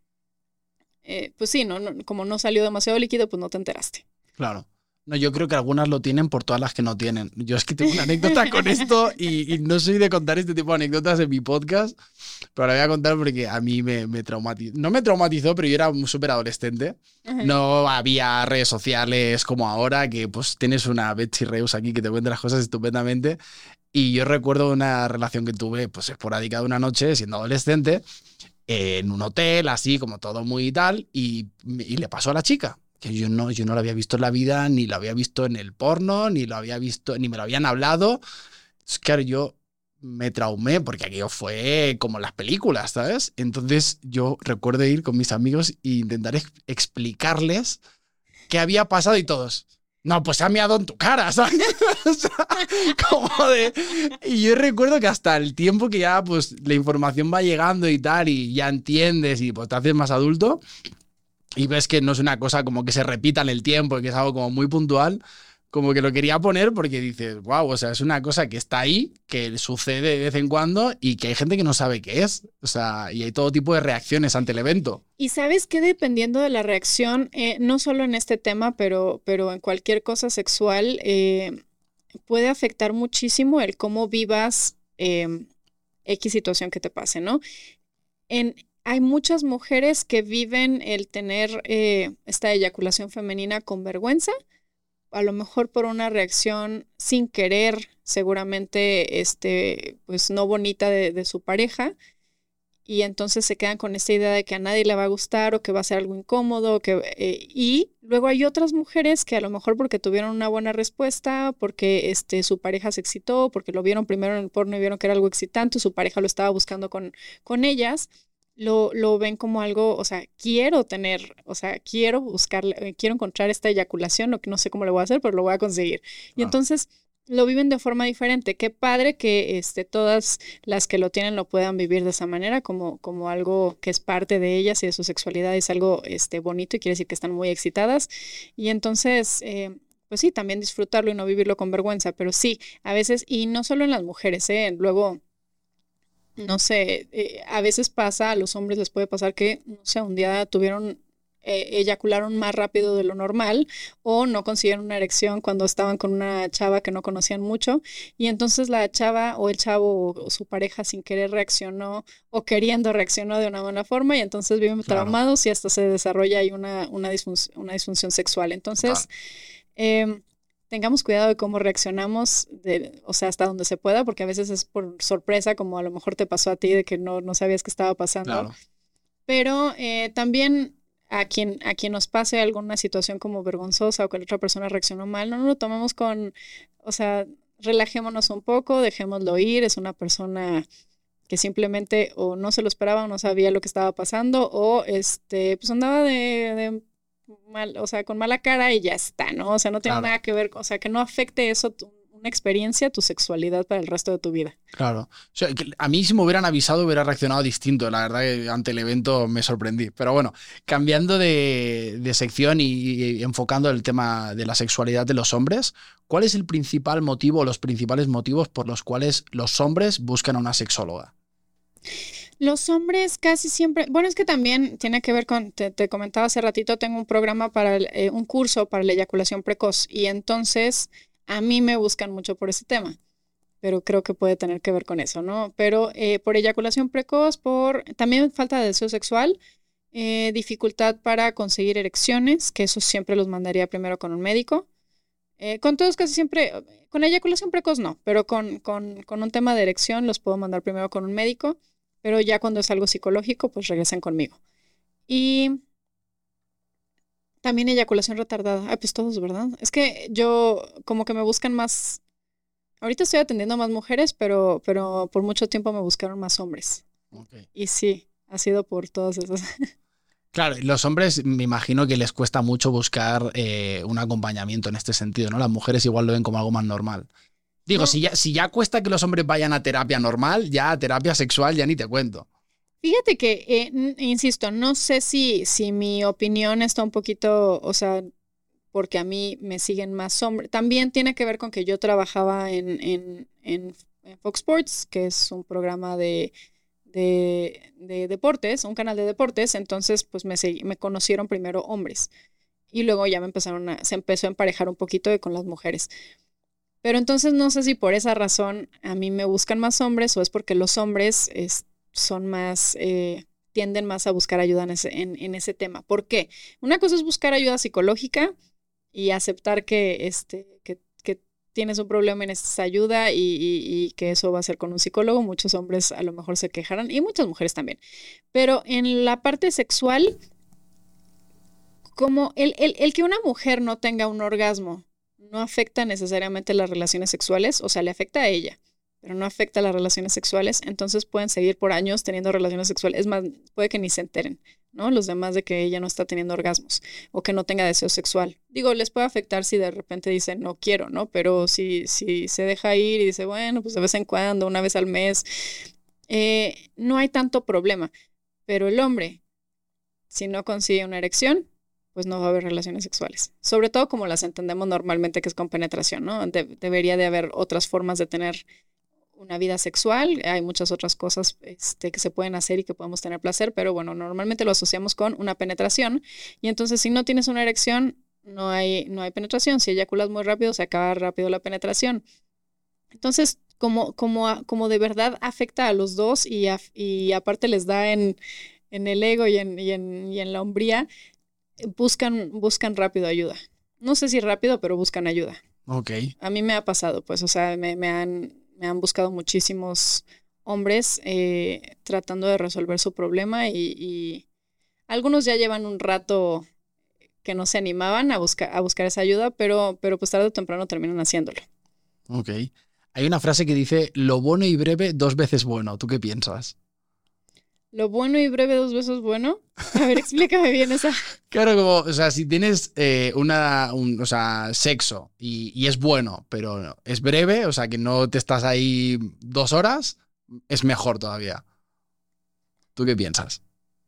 Speaker 2: eh, pues sí, no, no, como no salió demasiado líquido, pues no te enteraste.
Speaker 1: Claro. No, yo creo que algunas lo tienen por todas las que no tienen. Yo es que tengo una anécdota con esto y, y no soy de contar este tipo de anécdotas en mi podcast, pero la voy a contar porque a mí me, me traumatizó. No me traumatizó, pero yo era un súper adolescente. Uh-huh. No había redes sociales como ahora, que pues tienes una Betsy Reus aquí que te cuenta las cosas estupendamente. Y yo recuerdo una relación que tuve pues esporádica de una noche, siendo adolescente, en un hotel, así como todo muy tal, y, y le pasó a la chica. Que yo no, yo no lo había visto en la vida, ni lo había visto en el porno, ni lo había visto, ni me lo habían hablado. Es que claro, yo me traumé porque aquello fue como en las películas, ¿sabes? Entonces yo recuerdo ir con mis amigos e intentar ex- explicarles qué había pasado y todos. no, pues se ha meado en tu cara, ¿sabes? O sea, como de... Y yo recuerdo que hasta el tiempo que ya pues la información va llegando y tal, y ya entiendes y pues te haces más adulto y ves que no es una cosa como que se repita en el tiempo y que es algo como muy puntual, como que lo quería poner porque dices, wow, o sea, es una cosa que está ahí, que sucede de vez en cuando y que hay gente que no sabe qué es. O sea, y hay todo tipo de reacciones ante el evento.
Speaker 2: Y sabes que dependiendo de la reacción, eh, no solo en este tema, pero, pero en cualquier cosa sexual, eh, puede afectar muchísimo el cómo vivas eh, X situación que te pase, ¿no? En, hay muchas mujeres que viven el tener eh, esta eyaculación femenina con vergüenza, a lo mejor por una reacción sin querer, seguramente este, pues no bonita de, de su pareja, y entonces se quedan con esta idea de que a nadie le va a gustar o que va a ser algo incómodo, que, eh, y luego hay otras mujeres que a lo mejor porque tuvieron una buena respuesta, porque este, su pareja se excitó, porque lo vieron primero en el porno y vieron que era algo excitante, su pareja lo estaba buscando con, con ellas, Lo, lo ven como algo, o sea, quiero tener, o sea, quiero buscar, quiero encontrar esta eyaculación, no, no sé cómo lo voy a hacer, pero lo voy a conseguir. Y
Speaker 1: Ah.
Speaker 2: entonces lo viven de forma diferente. Qué padre que este, todas las que lo tienen lo puedan vivir de esa manera, como, como algo que es parte de ellas y de su sexualidad, es algo este, bonito y quiere decir que están muy excitadas. Y entonces... Eh, pues sí, también disfrutarlo y no vivirlo con vergüenza, pero sí, a veces, y no solo en las mujeres, ¿eh? Luego... No sé, eh, a veces pasa, a los hombres les puede pasar que, no sé, un día tuvieron, eh, eyacularon más rápido de lo normal o no consiguieron una erección cuando estaban con una chava que no conocían mucho y entonces la chava o el chavo o, o su pareja sin querer reaccionó o queriendo reaccionó de una buena forma y entonces viven
Speaker 1: Claro.
Speaker 2: traumados y hasta se desarrolla ahí una, una, disfunción, una disfunción sexual. Entonces... Eh, tengamos cuidado de cómo reaccionamos, de, o sea, hasta donde se pueda, porque a veces es por sorpresa, como a lo mejor te pasó a ti, de que no, no sabías qué estaba pasando.
Speaker 1: Claro.
Speaker 2: Pero eh, también a quien, a quien nos pase alguna situación como vergonzosa o que la otra persona reaccionó mal, no nos lo tomemos con, o sea, relajémonos un poco, dejémoslo ir, es una persona que simplemente o no se lo esperaba o no sabía lo que estaba pasando o este, pues andaba de... de mal, o sea, con mala cara y ya está, ¿no? O sea, no tiene
Speaker 1: Claro.
Speaker 2: nada que ver, o sea, que no afecte eso, tu, una experiencia, tu sexualidad para el resto de tu vida.
Speaker 1: Claro. O sea, que a mí si me hubieran avisado hubiera reaccionado distinto. La verdad que ante el evento me sorprendí. Pero bueno, cambiando de, de sección y, y enfocando el tema de la sexualidad de los hombres, ¿cuál es el principal motivo o los principales motivos por los cuales los hombres buscan a una sexóloga?
Speaker 2: Los hombres casi siempre, bueno, es que también tiene que ver con, te, te comentaba hace ratito, tengo un programa para, el, eh, un curso para la eyaculación precoz y entonces a mí me buscan mucho por ese tema, pero creo que puede tener que ver con eso, ¿no? Pero eh, por eyaculación precoz, por también falta de deseo sexual, eh, dificultad para conseguir erecciones, que eso siempre los mandaría primero con un médico. Eh, con todos casi siempre, con eyaculación precoz no, pero con, con, con un tema de erección los puedo mandar primero con un médico. Pero ya cuando es algo psicológico, pues regresan conmigo. Y también eyaculación retardada. Ay, pues todos, ¿verdad? Es que yo como que me buscan más... Ahorita estoy atendiendo a más mujeres, pero, pero por mucho tiempo me buscaron más hombres.
Speaker 1: Okay.
Speaker 2: Y sí, ha sido por todas esas.
Speaker 1: Claro, los hombres me imagino que les cuesta mucho buscar eh, un acompañamiento en este sentido, ¿no? Las mujeres igual lo ven como algo más normal. Digo,
Speaker 2: No.
Speaker 1: si, ya, si ya cuesta que los hombres vayan a terapia normal, ya a terapia sexual ya ni te cuento.
Speaker 2: Fíjate que, eh, insisto, no sé si, si mi opinión está un poquito, o sea, porque a mí me siguen más hombres. También tiene que ver con que yo trabajaba en, en, en, en Fox Sports, que es un programa de, de, de deportes, un canal de deportes, entonces pues me, me conocieron primero hombres y luego ya me empezaron a, se empezó a emparejar un poquito con las mujeres. Pero entonces no sé si por esa razón a mí me buscan más hombres o es porque los hombres es, son más, eh, tienden más a buscar ayuda en ese, en, en ese tema. ¿Por qué? Una cosa es buscar ayuda psicológica y aceptar que, este, que, que tienes un problema y necesitas ayuda y, y, y que eso va a ser con un psicólogo. Muchos hombres a lo mejor se quejarán y muchas mujeres también. Pero en la parte sexual, como el, el, el que una mujer no tenga un orgasmo no afecta necesariamente las relaciones sexuales, o sea, le afecta a ella, pero no afecta a las relaciones sexuales, entonces pueden seguir por años teniendo relaciones sexuales. Es más, puede que ni se enteren, ¿no? Los demás de que ella no está teniendo orgasmos o que no tenga deseo sexual. Digo, les puede afectar si de repente dicen no quiero, ¿no? Pero si, si se deja ir y dice, bueno, pues de vez en cuando, una vez al mes, eh, no hay tanto problema. Pero el hombre, si no consigue una erección, pues no va a haber relaciones sexuales. Sobre todo como las entendemos normalmente, que es con penetración, ¿no? De- debería de haber otras formas de tener una vida sexual. Hay muchas otras cosas este, que se pueden hacer y que podemos tener placer, pero bueno, normalmente lo asociamos con una penetración. Y entonces, si no tienes una erección, no hay, no hay penetración. Si eyaculas muy rápido, se acaba rápido la penetración. Entonces, como, como, a- como de verdad afecta a los dos y, af- y aparte les da en, en el ego y en, y en, y en la hombría, buscan, buscan rápido ayuda. No sé si rápido, pero buscan ayuda.
Speaker 1: Ok.
Speaker 2: A mí me ha pasado, pues, o sea, me, me han, me han buscado muchísimos hombres eh, tratando de resolver su problema y, y algunos ya llevan un rato que no se animaban a buscar, a buscar esa ayuda, pero, pero pues tarde o temprano terminan haciéndolo.
Speaker 1: Ok. Hay una frase que dice, lo bueno y breve, dos veces bueno. ¿Tú qué piensas?
Speaker 2: Lo bueno y breve, dos veces bueno. A ver, explícame bien esa.
Speaker 1: Claro, como, o sea, si tienes eh, una, un, o sea, sexo y, y es bueno, pero es breve, o sea, que no te estás ahí dos horas, es mejor todavía. ¿Tú qué piensas?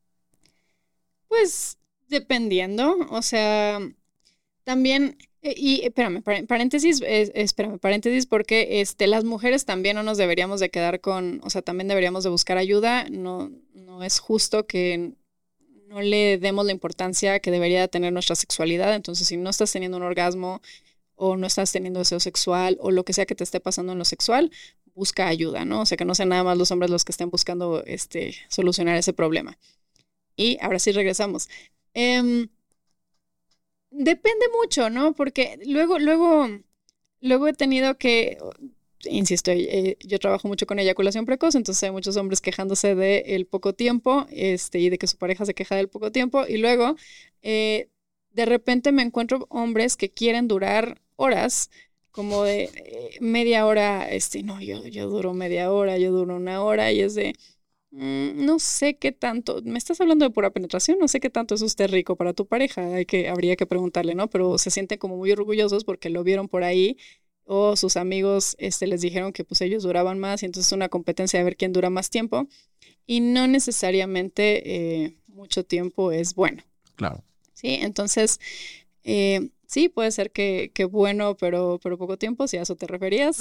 Speaker 2: Pues dependiendo, o sea, también, eh, y espérame, par- paréntesis, eh, espérame, paréntesis, porque este, las mujeres también no nos deberíamos de quedar con, o sea, también deberíamos de buscar ayuda. No, no es justo que no le demos la importancia que debería tener nuestra sexualidad. Entonces, si no estás teniendo un orgasmo o no estás teniendo deseo sexual o lo que sea que te esté pasando en lo sexual, busca ayuda, ¿no? O sea, que no sean nada más los hombres los que estén buscando este, solucionar ese problema. Y ahora sí regresamos. Em, Depende mucho, ¿no? Porque luego, luego, luego he tenido que, insisto, eh, yo trabajo mucho con eyaculación precoz, entonces hay muchos hombres quejándose del poco tiempo, este, y de que su pareja se queja del poco tiempo, y luego, eh, de repente me encuentro hombres que quieren durar horas, como de eh, media hora, este, no, yo, yo duro media hora, yo duro una hora, y es de, Mm, no sé qué tanto, me estás hablando de pura penetración, no sé qué tanto es usted rico para tu pareja, hay que, habría que preguntarle, ¿no? Pero se sienten como muy orgullosos porque lo vieron por ahí o sus amigos este, les dijeron que pues ellos duraban más y entonces es una competencia de ver quién dura más tiempo y no necesariamente eh, mucho tiempo es bueno,
Speaker 1: Claro.
Speaker 2: ¿sí? Entonces, eh, sí, puede ser que, que bueno, pero, pero poco tiempo, si a eso te referías.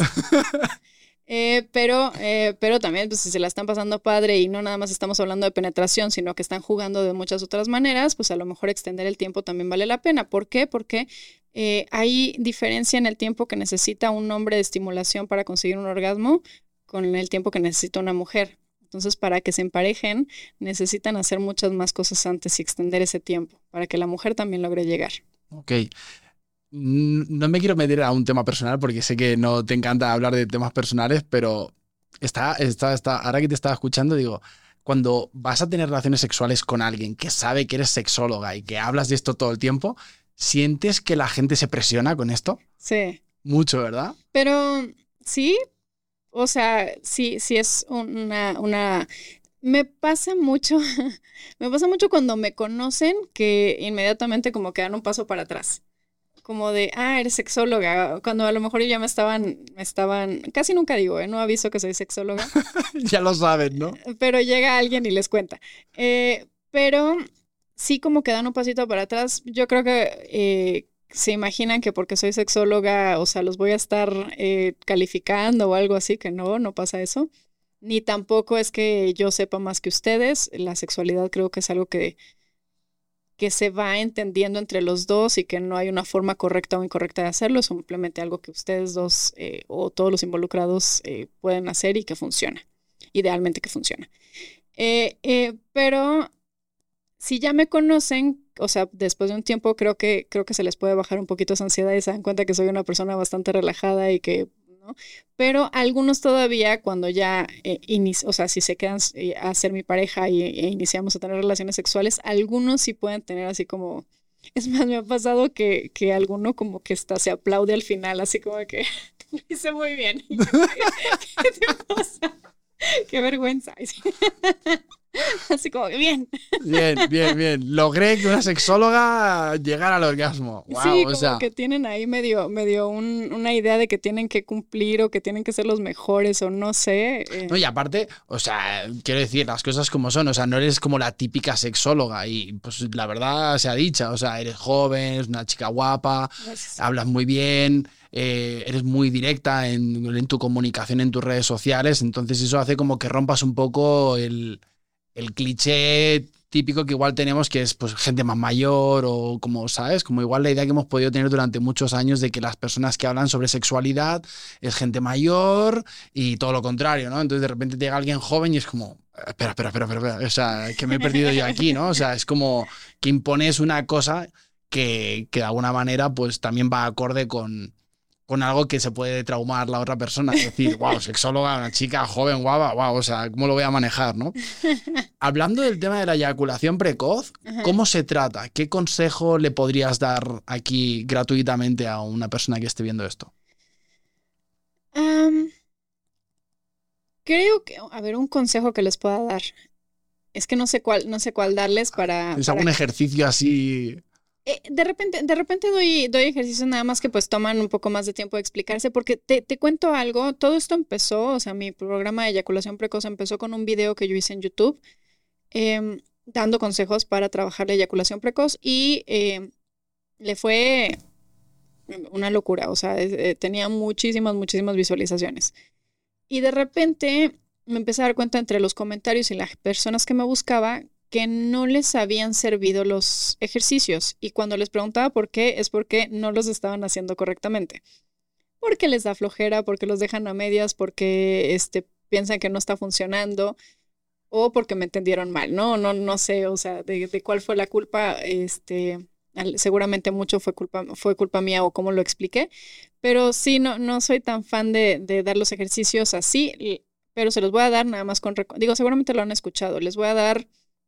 Speaker 2: Eh, pero, eh, pero también, pues, si se la están pasando padre y no nada más estamos hablando de penetración, sino que están jugando de muchas otras maneras, pues a lo mejor extender el tiempo también vale la pena. ¿Por qué? Porque eh, hay diferencia en el tiempo que necesita un hombre de estimulación para conseguir un orgasmo con el tiempo que necesita una mujer. Entonces, para que se emparejen, necesitan hacer muchas más cosas antes y extender ese tiempo para que la mujer también logre llegar.
Speaker 1: Ok. Mm, No me quiero meter a un tema personal porque sé que no te encanta hablar de temas personales, pero está, está, está, ahora que te estaba escuchando, digo, cuando vas a tener relaciones sexuales con alguien que sabe que eres sexóloga y que hablas de esto todo el tiempo, ¿sientes que la gente se presiona con esto?
Speaker 2: Sí.
Speaker 1: Mucho, ¿verdad?
Speaker 2: Pero sí, o sea, sí, sí es una, una, me pasa mucho, me pasa mucho cuando me conocen que inmediatamente como que dan un paso para atrás. Como de, ah, eres sexóloga, cuando a lo mejor ya me estaban, me estaban, casi nunca digo, ¿eh? No aviso que soy sexóloga,
Speaker 1: Ya lo sabes, ¿no?
Speaker 2: pero llega alguien y les cuenta. Eh, pero sí como que dan un pasito para atrás. Yo creo que eh, se imaginan que porque soy sexóloga, o sea, los voy a estar eh, calificando o algo así, que no, no pasa eso. Ni tampoco es que yo sepa más que ustedes. La sexualidad creo que es algo que que se va entendiendo entre los dos y que no hay una forma correcta o incorrecta de hacerlo, es simplemente algo que ustedes dos eh, o todos los involucrados eh, pueden hacer y que funciona, idealmente que funciona. Eh, eh, pero si ya me conocen, o sea, después de un tiempo creo que, creo que se les puede bajar un poquito esa ansiedad y se dan cuenta que soy una persona bastante relajada y que, ¿no? Pero algunos todavía cuando ya, eh, inici- o sea, si se quedan eh, a ser mi pareja y, e iniciamos a tener relaciones sexuales, algunos sí pueden tener así como, es más, me ha pasado que, que alguno como que está, se aplaude al final, así como que, Lo hice muy bien. ¿Qué te pasa? Qué vergüenza. Así como, bien.
Speaker 1: Bien, bien, bien. Logré que una sexóloga llegara al orgasmo. Wow,
Speaker 2: sí,
Speaker 1: o
Speaker 2: como
Speaker 1: sea,
Speaker 2: que tienen ahí medio, medio un, una idea de que tienen que cumplir o que tienen que ser los mejores o no sé. Eh.
Speaker 1: no, y aparte, o sea, quiero decir las cosas como son, o sea, no eres como la típica sexóloga y pues la verdad sea dicha, o sea, eres joven, eres una chica guapa,
Speaker 2: Gracias.
Speaker 1: hablas muy bien, eh, eres muy directa en, en tu comunicación en tus redes sociales, entonces eso hace como que rompas un poco el, el cliché típico que igual tenemos, que es pues gente más mayor o como, ¿sabes? Como igual la idea que hemos podido tener durante muchos años de que las personas que hablan sobre sexualidad es gente mayor y todo lo contrario, ¿no? Entonces de repente llega alguien joven y es como, espera, espera, espera, espera, espera. O sea, que me he perdido yo aquí, ¿no? O sea, es como que impones una cosa que, que de alguna manera pues también va acorde con... con algo que se puede traumar la otra persona. Es decir, wow, sexóloga, una chica joven, guapa, wow, o sea, ¿cómo lo voy a manejar, no? Hablando del tema de la eyaculación precoz, ¿cómo se trata? ¿Qué consejo le podrías dar aquí gratuitamente a una persona que esté viendo esto?
Speaker 2: Um, creo que, a ver, un consejo que les pueda dar. Es que no sé cuál, no sé cuál darles para...
Speaker 1: ¿Es
Speaker 2: para...
Speaker 1: algún ejercicio así?
Speaker 2: Eh, de repente, de repente doy, doy ejercicios nada más que pues toman un poco más de tiempo de explicarse, porque te, te cuento algo, todo esto empezó, o sea, mi programa de eyaculación precoz empezó con un video que yo hice en YouTube, eh, dando consejos para trabajar la eyaculación precoz y eh, le fue una locura, o sea, eh, tenía muchísimas, muchísimas visualizaciones. Y de repente me empecé a dar cuenta entre los comentarios y las personas que me buscaba que no les habían servido los ejercicios. Y cuando les preguntaba por qué, es porque no los estaban haciendo correctamente. Porque les da flojera, porque los dejan a medias, porque este, piensan que no está funcionando o porque me entendieron mal, ¿no? No, no sé, o sea, de, de cuál fue la culpa, este, seguramente mucho fue culpa, fue culpa mía o cómo lo expliqué, pero sí, no, no soy tan fan de, de dar los ejercicios así, pero se los voy a dar nada más con, digo, seguramente lo han escuchado, les voy a dar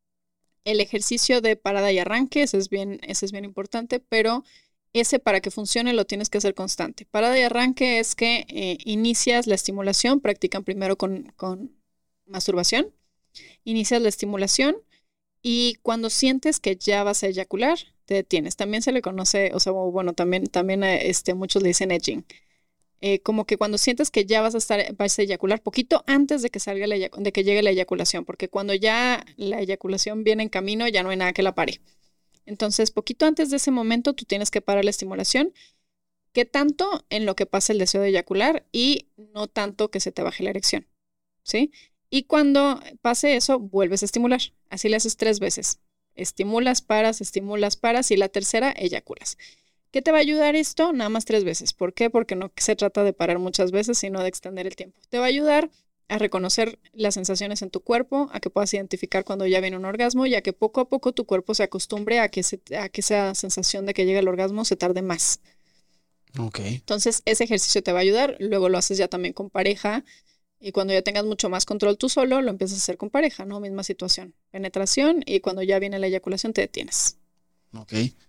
Speaker 2: el ejercicio de parada y arranque, ese es bien, ese es bien importante, pero ese para que funcione lo tienes que hacer constante. Parada y arranque es que eh, inicias la estimulación, practican primero con, con masturbación, inicias la estimulación y cuando sientes que ya vas a eyacular, te detienes. También se le conoce, o sea, bueno, también, también este, muchos le dicen edging. Eh, como que cuando sientes que ya vas a estar, vas a eyacular poquito antes de que salga la de que llegue la eyaculación, porque cuando ya la eyaculación viene en camino, ya no hay nada que la pare. Entonces, poquito antes de ese momento, tú tienes que parar la estimulación. ¿Qué tanto? En lo que pasa el deseo de eyacular y no tanto que se te baje la erección, ¿sí? Y cuando pase eso, vuelves a estimular. Así le haces tres veces. Estimulas, paras, estimulas, paras y la tercera, eyaculas. ¿Qué te va a ayudar esto? Nada más tres veces. ¿Por qué? Porque no se trata de parar muchas veces, sino de extender el tiempo. Te va a ayudar a reconocer las sensaciones en tu cuerpo, a que puedas identificar cuando ya viene un orgasmo y a que poco a poco tu cuerpo se acostumbre a que, se, a que esa sensación de que llega el orgasmo se tarde más.
Speaker 1: Ok.
Speaker 2: Entonces, ese ejercicio te va a ayudar. Luego lo haces ya también con pareja. Y cuando ya tengas mucho más control tú solo, lo empiezas a hacer con pareja, ¿no? Misma situación. Penetración y cuando ya viene la eyaculación te detienes.
Speaker 1: Ok.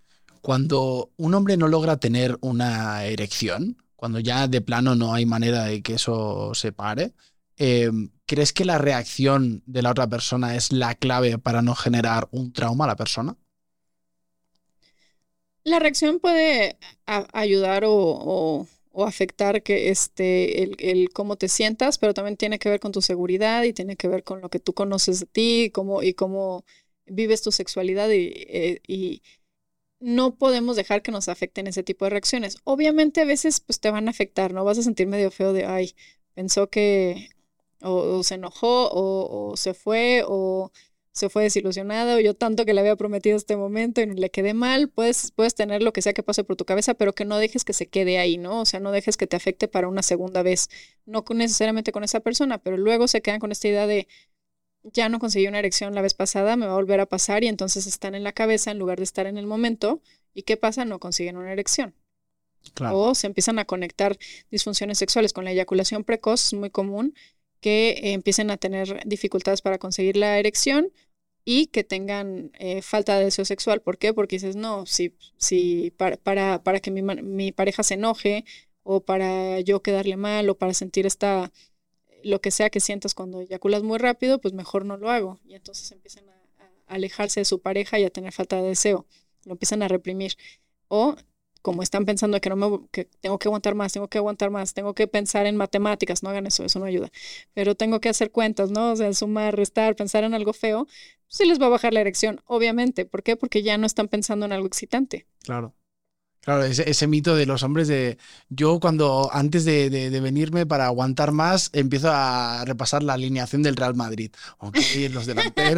Speaker 1: Cuando un hombre no logra tener una erección, cuando ya de plano no hay manera de que eso se pare, eh, ¿crees que la reacción de la otra persona es la clave para no generar un trauma a la persona?
Speaker 2: La reacción puede a- ayudar o, o, o afectar que este, el, el cómo te sientas, pero también tiene que ver con tu seguridad y tiene que ver con lo que tú conoces de ti cómo, y cómo vives tu sexualidad y, eh, y no podemos dejar que nos afecten ese tipo de reacciones. Obviamente a veces pues te van a afectar, ¿no? Vas a sentir medio feo de, ay, pensó que o, o se enojó o, o se fue o se fue desilusionada o yo tanto que le había prometido este momento y le quedé mal. Puedes, puedes tener lo que sea que pase por tu cabeza, pero que no dejes que se quede ahí, ¿no? O sea, no dejes que te afecte para una segunda vez, no con, necesariamente con esa persona, pero luego se quedan con esta idea de ya no conseguí una erección la vez pasada, me va a volver a pasar y entonces están en la cabeza en lugar de estar en el momento. ¿Y qué pasa? No consiguen una erección.
Speaker 1: Claro.
Speaker 2: O se empiezan a conectar disfunciones sexuales con la eyaculación precoz, es muy común que eh, empiecen a tener dificultades para conseguir la erección y que tengan eh, falta de deseo sexual. ¿Por qué? Porque dices, no, si, si para, para, para que mi, mi pareja se enoje o para yo quedarle mal, o para sentir esta, lo que sea que sientas cuando eyaculas muy rápido, pues mejor no lo hago. Y entonces empiezan a, a alejarse de su pareja y a tener falta de deseo. Lo empiezan a reprimir. O como están pensando que no me que tengo que aguantar más, tengo que aguantar más, tengo que pensar en matemáticas, no hagan eso, eso no ayuda. Pero tengo que hacer cuentas, ¿no? O sea, sumar, restar, pensar en algo feo, pues sí les va a bajar la erección, obviamente. ¿Por qué? Porque ya no están pensando en algo excitante.
Speaker 1: Claro. Claro, ese, ese mito de los hombres de yo cuando antes de, de, de venirme para aguantar más empiezo a repasar la alineación del Real Madrid. Ok, los delanteros.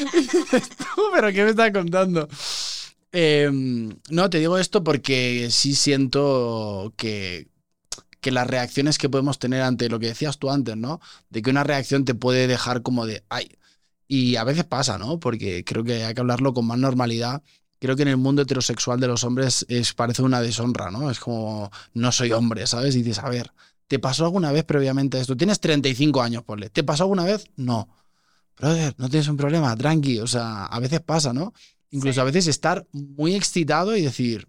Speaker 1: ¿Pero qué me estás contando? Eh, no, te digo esto porque sí siento que, que las reacciones que podemos tener ante lo que decías tú antes, ¿no? De que una reacción te puede dejar como de ay. Y a veces pasa, ¿no? Porque creo que hay que hablarlo con más normalidad. Creo que en el mundo heterosexual de los hombres es, parece una deshonra, ¿no? Es como, no soy hombre, ¿sabes? Y dices, a ver, ¿te pasó alguna vez previamente esto? Tienes treinta y cinco años, ponle. ¿Te pasó alguna vez? No. Brother, no tienes un problema, tranqui. O sea, a veces pasa, ¿no? Incluso sí. A veces estar muy excitado y decir,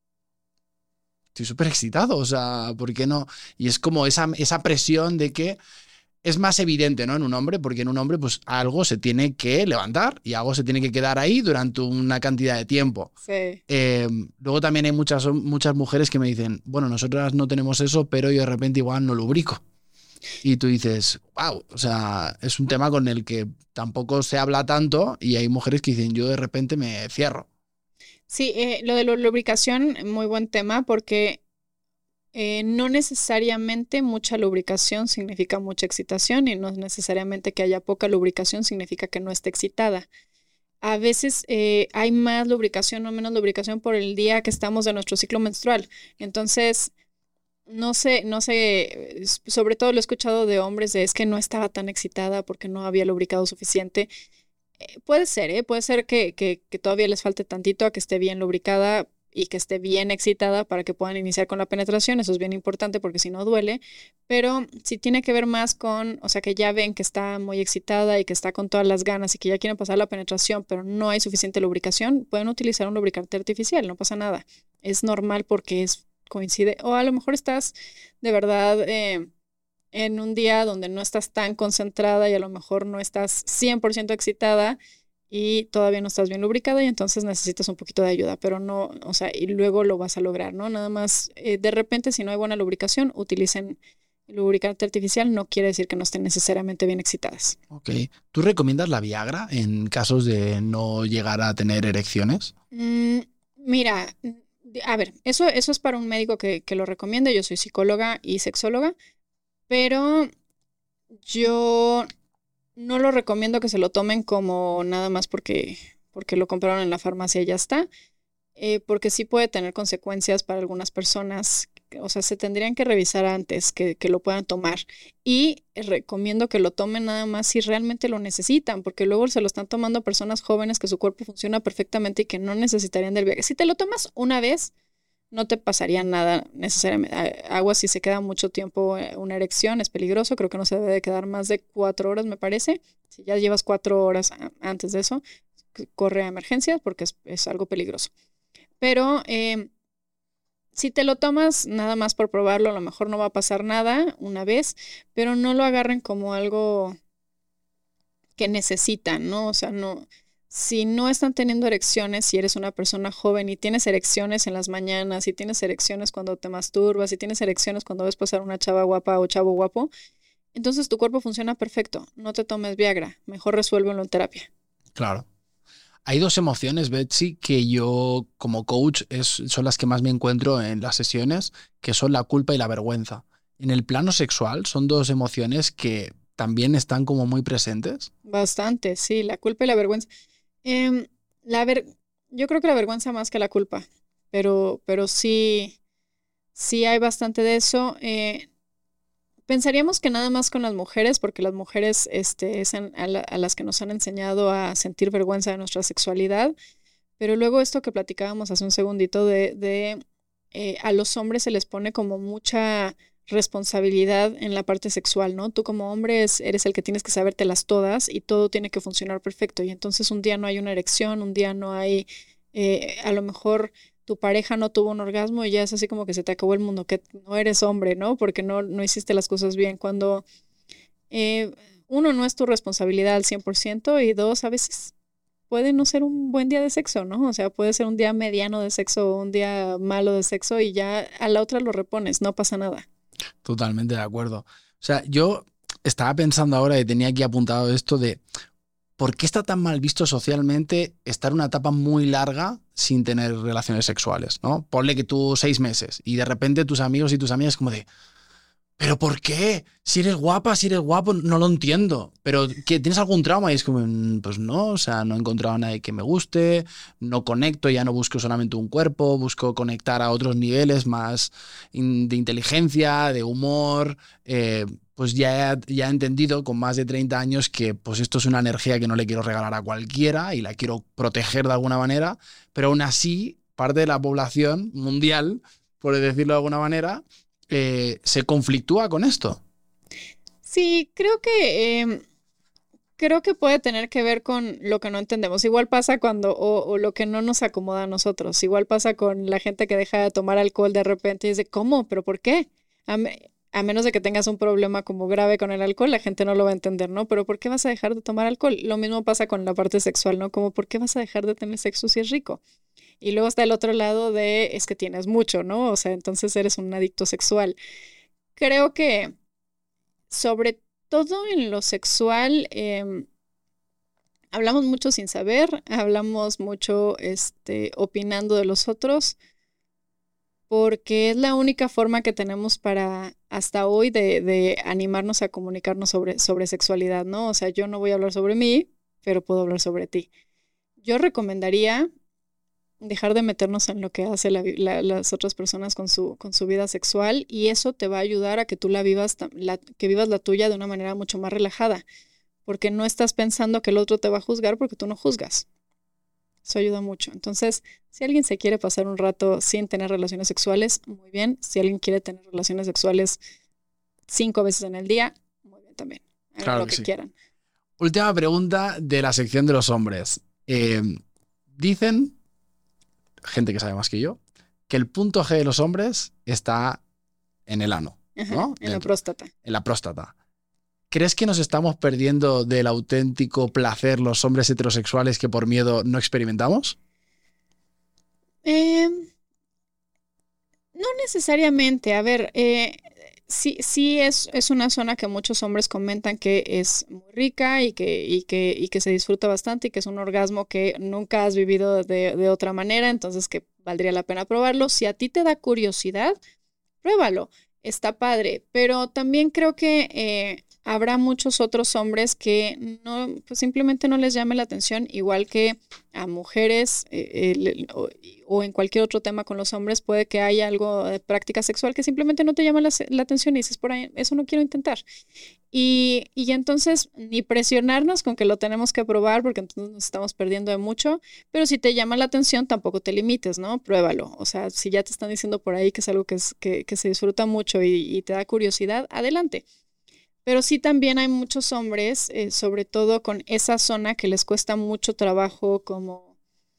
Speaker 1: estoy súper excitado, o sea, ¿por qué no? Y es como esa, esa presión de que es más evidente, ¿no? En un hombre, porque en un hombre pues algo se tiene que levantar y algo se tiene que quedar ahí durante una cantidad de tiempo.
Speaker 2: Sí.
Speaker 1: Eh, luego también hay muchas, muchas mujeres que me dicen, bueno, nosotras no tenemos eso, pero yo de repente igual no lubrico. Y tú dices, wow, o sea, es un tema con el que tampoco se habla tanto y hay mujeres que dicen, yo de repente me cierro.
Speaker 2: Sí, eh, lo de la lubricación, muy buen tema porque Eh, no necesariamente mucha lubricación significa mucha excitación y no necesariamente que haya poca lubricación significa que no esté excitada. A veces eh, hay más lubricación o menos lubricación por el día que estamos de nuestro ciclo menstrual. Entonces, no sé, no sé, sobre todo lo he escuchado de hombres de es que no estaba tan excitada porque no había lubricado suficiente. Eh, puede ser, ¿eh? Puede ser que, que, que todavía les falte tantito a que esté bien lubricada y que esté bien excitada para que puedan iniciar con la penetración. Eso es bien importante porque si no duele. Pero si tiene que ver más con, o sea, que ya ven que está muy excitada y que está con todas las ganas y que ya quieren pasar la penetración, pero no hay suficiente lubricación, pueden utilizar un lubricante artificial, no pasa nada. Es normal porque es, coincide. O a lo mejor estás de verdad eh, en un día donde no estás tan concentrada y a lo mejor no estás cien por ciento excitada y todavía no estás bien lubricada y entonces necesitas un poquito de ayuda, pero no, o sea, y luego lo vas a lograr, ¿no? Nada más, eh, de repente, si no hay buena lubricación, utilicen lubricante artificial, no quiere decir que no estén necesariamente bien excitadas.
Speaker 1: Ok. ¿Tú recomiendas la Viagra en casos de no llegar a tener erecciones?
Speaker 2: Mm, mira, a ver, eso, eso es para un médico que, que lo recomiende. Yo soy psicóloga y sexóloga, pero yo no lo recomiendo que se lo tomen como nada más porque, porque lo compraron en la farmacia y ya está, eh, porque sí puede tener consecuencias para algunas personas. O sea, se tendrían que revisar antes que, que lo puedan tomar. Y recomiendo que lo tomen nada más si realmente lo necesitan, porque luego se lo están tomando personas jóvenes que su cuerpo funciona perfectamente y que no necesitarían del Viagra. Si te lo tomas una vez, no te pasaría nada necesariamente. Agua si se queda mucho tiempo una erección, es peligroso. Creo que no se debe de quedar más de cuatro horas, me parece. Si ya llevas cuatro horas antes de eso, corre a emergencias porque es, es algo peligroso. Pero eh, si te lo tomas nada más por probarlo, a lo mejor no va a pasar nada una vez, pero no lo agarren como algo que necesitan, ¿no? O sea, no... Si no están teniendo erecciones, si eres una persona joven y tienes erecciones en las mañanas, si tienes erecciones cuando te masturbas, si tienes erecciones cuando ves pasar una chava guapa o chavo guapo, entonces tu cuerpo funciona perfecto. No te tomes Viagra, mejor resuélvelo en terapia.
Speaker 1: Claro. Hay dos emociones, Betsy, que yo como coach es, son las que más me encuentro en las sesiones, que son la culpa y la vergüenza. En el plano sexual son dos emociones que también están como muy presentes.
Speaker 2: Bastante, sí, la culpa y la vergüenza. Eh, la ver yo creo que la vergüenza más que la culpa, pero, pero sí, sí hay bastante de eso. Eh, pensaríamos que nada más con las mujeres, porque las mujeres este, es en, a, la, a las que nos han enseñado a sentir vergüenza de nuestra sexualidad, pero luego esto que platicábamos hace un segundito de, de eh, a los hombres se les pone como mucha responsabilidad en la parte sexual, ¿no? Tú como hombre es, eres el que tienes que sabértelas todas y todo tiene que funcionar perfecto y entonces un día no hay una erección, un día no hay, eh, a lo mejor tu pareja no tuvo un orgasmo y ya es así como que se te acabó el mundo, que no eres hombre, ¿no? Porque no, no hiciste las cosas bien. Cuando eh, uno, no es tu responsabilidad al cien por ciento y dos, a veces puede no ser un buen día de sexo, ¿no? O sea, puede ser un día mediano de sexo o un día malo de sexo y ya a la otra lo repones, no pasa nada.
Speaker 1: Totalmente de acuerdo. O sea, yo estaba pensando ahora y tenía aquí apuntado esto de ¿por qué está tan mal visto socialmente estar una etapa muy larga sin tener relaciones sexuales, ¿no? Ponle que tú seis meses y de repente tus amigos y tus amigas como de ¿pero por qué? Si eres guapa, si eres guapo, no lo entiendo. ¿Pero que tienes algún trauma? Y es como, pues no, o sea, no he encontrado a nadie que me guste, no conecto, ya no busco solamente un cuerpo, busco conectar a otros niveles más de inteligencia, de humor. Eh, pues ya he, ya he entendido con más de treinta años que pues esto es una energía que no le quiero regalar a cualquiera y la quiero proteger de alguna manera, pero aún así, parte de la población mundial, por decirlo de alguna manera, Eh, se conflictúa con esto.
Speaker 2: Sí, creo que eh, creo que puede tener que ver con lo que no entendemos. Igual pasa cuando, o, o lo que no nos acomoda a nosotros. Igual pasa con la gente que deja de tomar alcohol de repente y dice, ¿cómo? ¿Pero por qué? A, me, a menos de que tengas un problema como grave con el alcohol, la gente no lo va a entender, ¿no? Pero ¿por qué vas a dejar de tomar alcohol? Lo mismo pasa con la parte sexual, ¿no? Como ¿por qué vas a dejar de tener sexo si es rico? Y luego está el otro lado de, es que tienes mucho, ¿no? O sea, entonces eres un adicto sexual. Creo que, sobre todo en lo sexual, eh, hablamos mucho sin saber, hablamos mucho este, opinando de los otros, porque es la única forma que tenemos para, hasta hoy, de, de animarnos a comunicarnos sobre, sobre sexualidad, ¿no? O sea, yo no voy a hablar sobre mí, pero puedo hablar sobre ti. Yo recomendaría dejar de meternos en lo que hacen la, la, las otras personas con su, con su vida sexual, y eso te va a ayudar a que tú la vivas, la, que vivas la tuya de una manera mucho más relajada, porque no estás pensando que el otro te va a juzgar porque tú no juzgas. Eso ayuda mucho. Entonces, si alguien se quiere pasar un rato sin tener relaciones sexuales, muy bien. Si alguien quiere tener relaciones sexuales cinco veces en el día, muy bien también. Hagan
Speaker 1: Claro
Speaker 2: lo
Speaker 1: que
Speaker 2: que
Speaker 1: sí.
Speaker 2: quieran.
Speaker 1: Última pregunta de la sección de los hombres. Eh, dicen, gente que sabe más que yo, que el punto G de los hombres está en el ano,
Speaker 2: Ajá,
Speaker 1: ¿no?
Speaker 2: en
Speaker 1: Dentro,
Speaker 2: la próstata.
Speaker 1: En la próstata. ¿Crees que nos estamos perdiendo del auténtico placer los hombres heterosexuales que por miedo no experimentamos?
Speaker 2: Eh, no necesariamente. A ver, eh, sí, sí es, es una zona que muchos hombres comentan que es muy rica y que, y que, y que se disfruta bastante y que es un orgasmo que nunca has vivido de, de otra manera, entonces que valdría la pena probarlo. Si a ti te da curiosidad, pruébalo. Está padre, pero también creo que eh, habrá muchos otros hombres que no, pues simplemente no les llame la atención, igual que a mujeres eh, el, o, o en cualquier otro tema con los hombres, puede que haya algo de práctica sexual que simplemente no te llama la, la atención y dices, por ahí, eso no quiero intentar. Y, y entonces ni presionarnos con que lo tenemos que probar porque entonces nos estamos perdiendo de mucho, pero si te llama la atención tampoco te limites, ¿no? Pruébalo. O sea, si ya te están diciendo por ahí que es algo que, es, que, que se disfruta mucho y, y te da curiosidad, adelante. Pero sí también hay muchos hombres, eh, sobre todo con esa zona que les cuesta mucho trabajo como,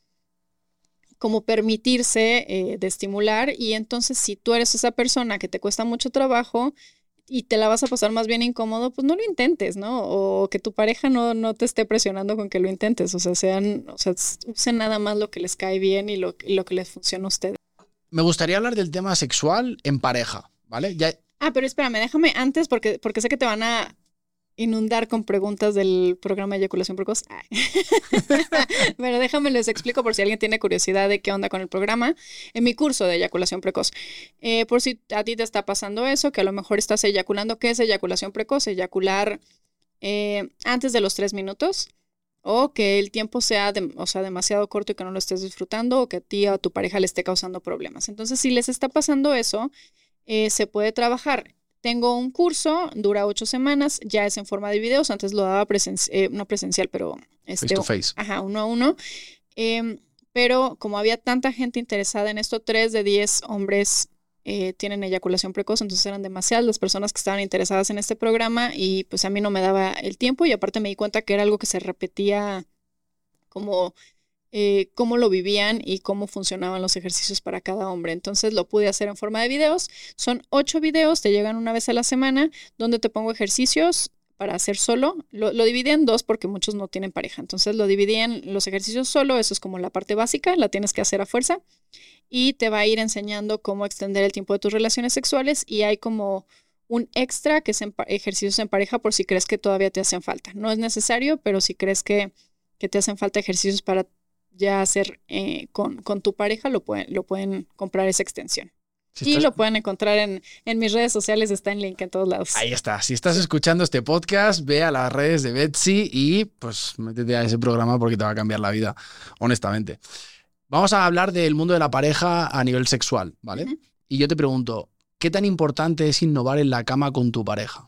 Speaker 2: como permitirse eh, de estimular, y entonces si tú eres esa persona que te cuesta mucho trabajo y te la vas a pasar más bien incómodo, pues no lo intentes, ¿no? O que tu pareja no, no te esté presionando con que lo intentes. O sea, sean, o sea, usen nada más lo que les cae bien y lo, lo que les funciona a ustedes.
Speaker 1: Me gustaría hablar del tema sexual en pareja, ¿vale? Ya...
Speaker 2: Ah, pero espérame, déjame antes porque, porque sé que te van a inundar con preguntas del programa de eyaculación precoz. Pero déjame les explico por si alguien tiene curiosidad de qué onda con el programa. En mi curso de eyaculación precoz, eh, por si a ti te está pasando eso, que a lo mejor estás eyaculando. ¿Qué es eyaculación precoz? Eyacular eh, antes de los tres minutos, o que el tiempo sea, de, o sea demasiado corto y que no lo estés disfrutando, o que a ti o a tu pareja le esté causando problemas. Entonces, si les está pasando eso, eh, se puede trabajar. Tengo un curso, dura ocho semanas, ya es en forma de videos. Antes lo daba presen eh, no presencial, pero este,
Speaker 1: face to face.
Speaker 2: Ajá, uno a uno. Eh, pero como había tanta gente interesada en esto, tres de diez hombres eh, tienen eyaculación precoz, entonces eran demasiadas las personas que estaban interesadas en este programa y pues a mí no me daba el tiempo, y aparte me di cuenta que era algo que se repetía como eh, cómo lo vivían y cómo funcionaban los ejercicios para cada hombre. Entonces lo pude hacer en forma de videos. Son ocho videos, te llegan una vez a la semana, donde te pongo ejercicios para hacer solo. Lo, lo dividí en dos porque muchos no tienen pareja. Entonces lo dividí en los ejercicios solo, eso es como la parte básica, la tienes que hacer a fuerza. Y te va a ir enseñando cómo extender el tiempo de tus relaciones sexuales, y hay como un extra que es en ejercicios en pareja por si crees que todavía te hacen falta. No es necesario, pero si crees que, que te hacen falta ejercicios para ya hacer eh, con, con tu pareja, lo pueden, lo pueden comprar esa extensión. Si y estás... lo pueden encontrar en, en mis redes sociales, está en link en todos lados.
Speaker 1: Ahí está. Si estás escuchando este podcast, ve a las redes de Betsy y pues métete a ese programa porque te va a cambiar la vida, honestamente. Vamos a hablar del mundo de la pareja a nivel sexual, ¿vale? Uh-huh. Y yo te pregunto, ¿qué tan importante es innovar en la cama con tu pareja?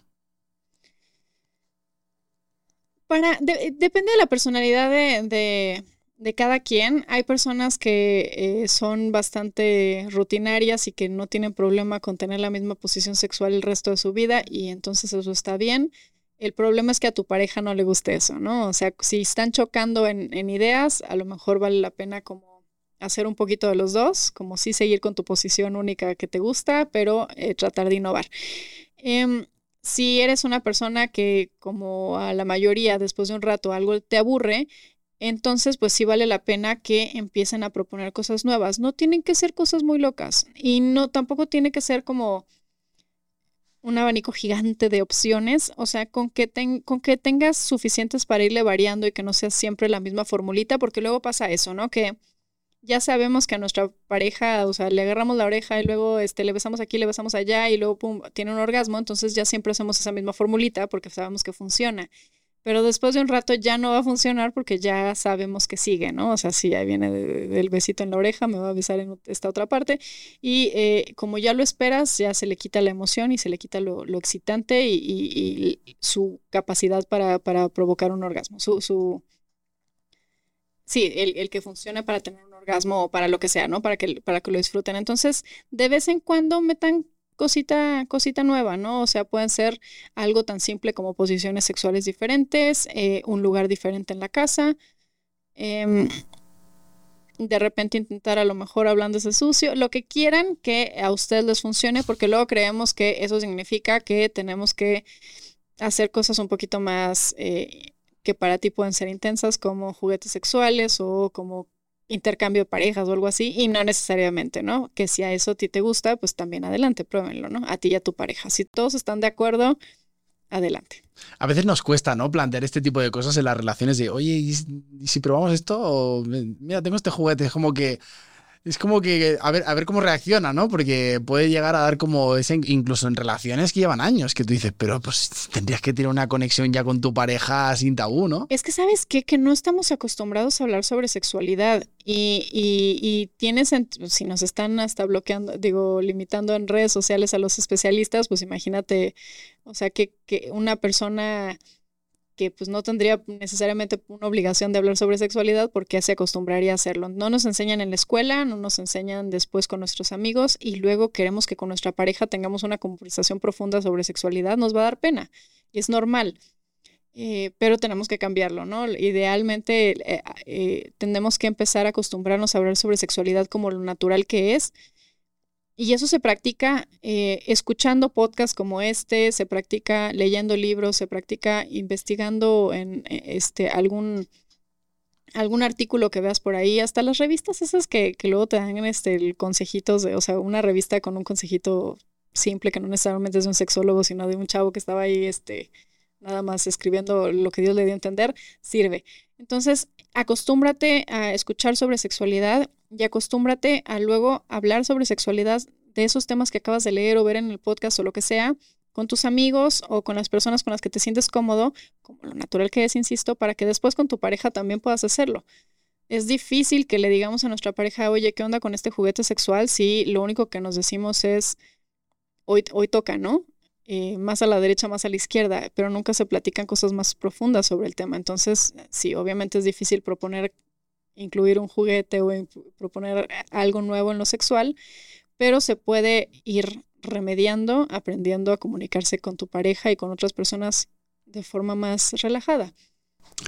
Speaker 2: Para, de, depende de la personalidad de, de, de cada quien. Hay personas que eh, son bastante rutinarias y que no tienen problema con tener la misma posición sexual el resto de su vida, y entonces eso está bien. El problema es que a tu pareja no le guste eso, ¿no? O sea, si están chocando en, en ideas, a lo mejor vale la pena como hacer un poquito de los dos, como sí seguir con tu posición única que te gusta, pero eh, tratar de innovar. Eh, si eres una persona que, como a la mayoría, después de un rato algo te aburre, entonces pues sí vale la pena que empiecen a proponer cosas nuevas. No tienen que ser cosas muy locas, y no tampoco tiene que ser como un abanico gigante de opciones. O sea, con que, ten, con que tengas suficientes para irle variando y que no sea siempre la misma formulita, porque luego pasa eso, ¿no? Que ya sabemos que a nuestra pareja, o sea, le agarramos la oreja y luego este, le besamos aquí, le besamos allá y luego pum, tiene un orgasmo, entonces ya siempre hacemos esa misma formulita porque sabemos que funciona. Pero después de un rato ya no va a funcionar porque ya sabemos que sigue, ¿no? O sea, sí, ahí viene de, del besito en la oreja, me va a besar en esta otra parte, y eh, como ya lo esperas, ya se le quita la emoción y se le quita lo, lo excitante y, y, y su capacidad para, para provocar un orgasmo, su... su Sí, el, el que funcione para tener un orgasmo o para lo que sea, ¿no? Para que, para que lo disfruten. Entonces, de vez en cuando metan cosita, cosita nueva, ¿no? O sea, pueden ser algo tan simple como posiciones sexuales diferentes, eh, un lugar diferente en la casa, eh, de repente intentar a lo mejor hablándose sucio, lo que quieran que a ustedes les funcione, porque luego creemos que eso significa que tenemos que hacer cosas un poquito más... Eh, que para ti pueden ser intensas, como juguetes sexuales o como intercambio de parejas o algo así, y no necesariamente, ¿no? Que si a eso a ti te gusta, pues también adelante, pruébenlo, ¿no? A ti y a tu pareja. Si todos están de acuerdo, adelante.
Speaker 1: A veces nos cuesta, ¿no? Plantear este tipo de cosas en las relaciones de, oye, ¿y si probamos esto? O, mira, tengo este juguete, es como que... Es como que a ver, a ver cómo reacciona, ¿no? Porque puede llegar a dar como ese, incluso en relaciones que llevan años, que tú dices, pero pues tendrías que tener una conexión ya con tu pareja sin tabú, ¿no?
Speaker 2: Es que, ¿sabes qué? Que no estamos acostumbrados a hablar sobre sexualidad y, y, y tienes, si nos están hasta bloqueando, digo, limitando en redes sociales a los especialistas, pues imagínate, o sea, que, que una persona... que pues no tendría necesariamente una obligación de hablar sobre sexualidad porque se acostumbraría a hacerlo. No nos enseñan en la escuela, no nos enseñan después con nuestros amigos, y luego queremos que con nuestra pareja tengamos una conversación profunda sobre sexualidad, nos va a dar pena, y es normal, eh, pero tenemos que cambiarlo, ¿no? Idealmente eh, eh, tenemos que empezar a acostumbrarnos a hablar sobre sexualidad como lo natural que es. Y eso se practica eh, escuchando podcasts como este, se practica leyendo libros, se practica investigando en este, algún, algún artículo que veas por ahí, hasta las revistas esas que, que luego te dan este, consejitos, de, o sea, una revista con un consejito simple que no necesariamente es de un sexólogo, sino de un chavo que estaba ahí este, nada más escribiendo lo que Dios le dio a entender, sirve. Entonces, acostúmbrate a escuchar sobre sexualidad y acostúmbrate a luego hablar sobre sexualidad de esos temas que acabas de leer o ver en el podcast o lo que sea, con tus amigos o con las personas con las que te sientes cómodo, como lo natural que es, insisto, para que después con tu pareja también puedas hacerlo. Es difícil que le digamos a nuestra pareja, oye, ¿qué onda con este juguete sexual? Si lo único que nos decimos es, hoy, hoy toca, ¿no? Eh, más a la derecha, más a la izquierda, pero nunca se platican cosas más profundas sobre el tema. Entonces, sí, obviamente es difícil proponer incluir un juguete o proponer algo nuevo en lo sexual, pero se puede ir remediando, aprendiendo a comunicarse con tu pareja y con otras personas de forma más relajada.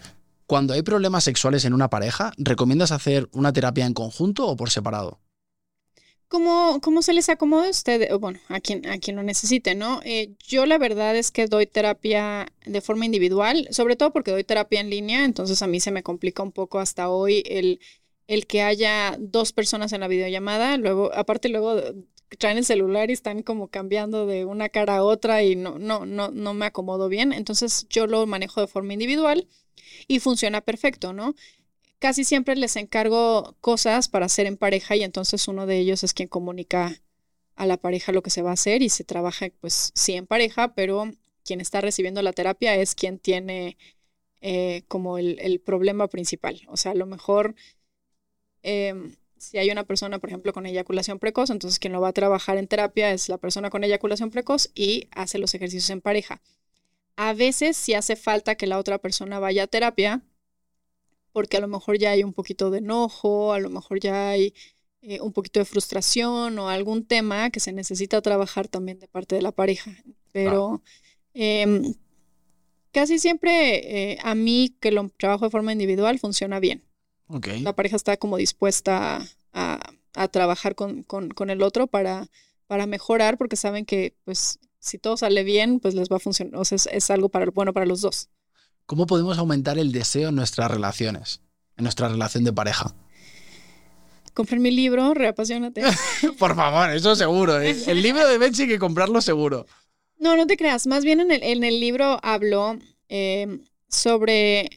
Speaker 1: Cuando hay problemas sexuales en una pareja, ¿recomiendas hacer una terapia en conjunto o por separado?
Speaker 2: ¿Cómo, cómo se les acomoda a usted? O bueno, a quien, a quien lo necesite, ¿no? Eh, yo la verdad es que doy terapia de forma individual, sobre todo porque doy terapia en línea, entonces a mí se me complica un poco hasta hoy el, el que haya dos personas en la videollamada. Luego, aparte luego traen el celular y están como cambiando de una cara a otra y no, no, no, no me acomodo bien. Entonces yo lo manejo de forma individual y funciona perfecto, ¿no? Casi siempre les encargo cosas para hacer en pareja y entonces uno de ellos es quien comunica a la pareja lo que se va a hacer y se trabaja pues sí en pareja, pero quien está recibiendo la terapia es quien tiene eh, como el, el problema principal. O sea, a lo mejor eh, si hay una persona, por ejemplo, con eyaculación precoz, entonces quien lo va a trabajar en terapia es la persona con eyaculación precoz y hace los ejercicios en pareja. A veces sí hace falta que la otra persona vaya a terapia, porque a lo mejor ya hay un poquito de enojo, a lo mejor ya hay eh, un poquito de frustración o algún tema que se necesita trabajar también de parte de la pareja. Pero eh, casi siempre eh, a mí que lo trabajo de forma individual funciona bien.
Speaker 1: Okay.
Speaker 2: La pareja está como dispuesta a, a trabajar con, con, con el otro para, para mejorar porque saben que pues si todo sale bien, pues les va a funcionar. O sea, es, es algo para, bueno para los dos.
Speaker 1: ¿Cómo podemos aumentar el deseo en nuestras relaciones, en nuestra relación de pareja?
Speaker 2: Comprar mi libro, Reapasionate.
Speaker 1: Por favor, eso seguro. ¿eh? El libro de Betsy hay que comprarlo seguro.
Speaker 2: No, no te creas. Más bien en el, en el libro hablo eh, sobre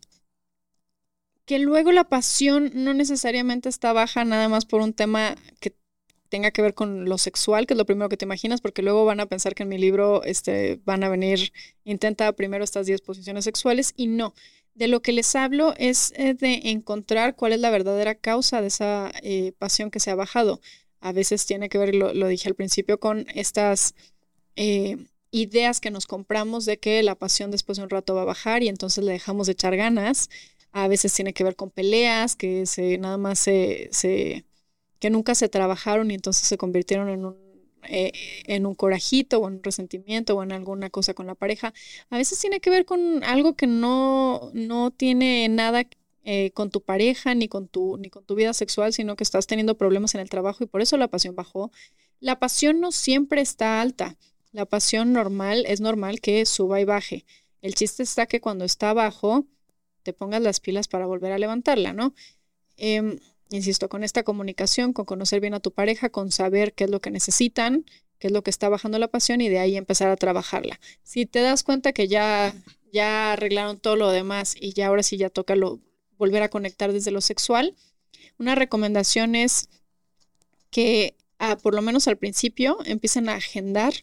Speaker 2: que luego la pasión no necesariamente está baja nada más por un tema que tenga que ver con lo sexual, que es lo primero que te imaginas, porque luego van a pensar que en mi libro este, van a venir, intenta primero estas diez posiciones sexuales y no. De lo que les hablo es eh, de encontrar cuál es la verdadera causa de esa eh, pasión que se ha bajado. A veces tiene que ver, lo, lo dije al principio, con estas eh, ideas que nos compramos de que la pasión después de un rato va a bajar y entonces le dejamos de echar ganas. A veces tiene que ver con peleas que se, nada más se... se que nunca se trabajaron y entonces se convirtieron en un, eh, en un corajito o en un resentimiento o en alguna cosa con la pareja. A veces tiene que ver con algo que no, no tiene nada eh, con tu pareja ni con tu, ni con tu vida sexual, sino que estás teniendo problemas en el trabajo y por eso la pasión bajó. La pasión no siempre está alta. La pasión normal es normal que suba y baje. El chiste está que cuando está abajo te pongas las pilas para volver a levantarla, ¿no? Eh, Insisto, con esta comunicación, con conocer bien a tu pareja, con saber qué es lo que necesitan, qué es lo que está bajando la pasión y de ahí empezar a trabajarla. Si te das cuenta que ya, ya arreglaron todo lo demás y ya ahora sí ya toca lo, volver a conectar desde lo sexual, una recomendación es que ah, por lo menos al principio empiecen a agendar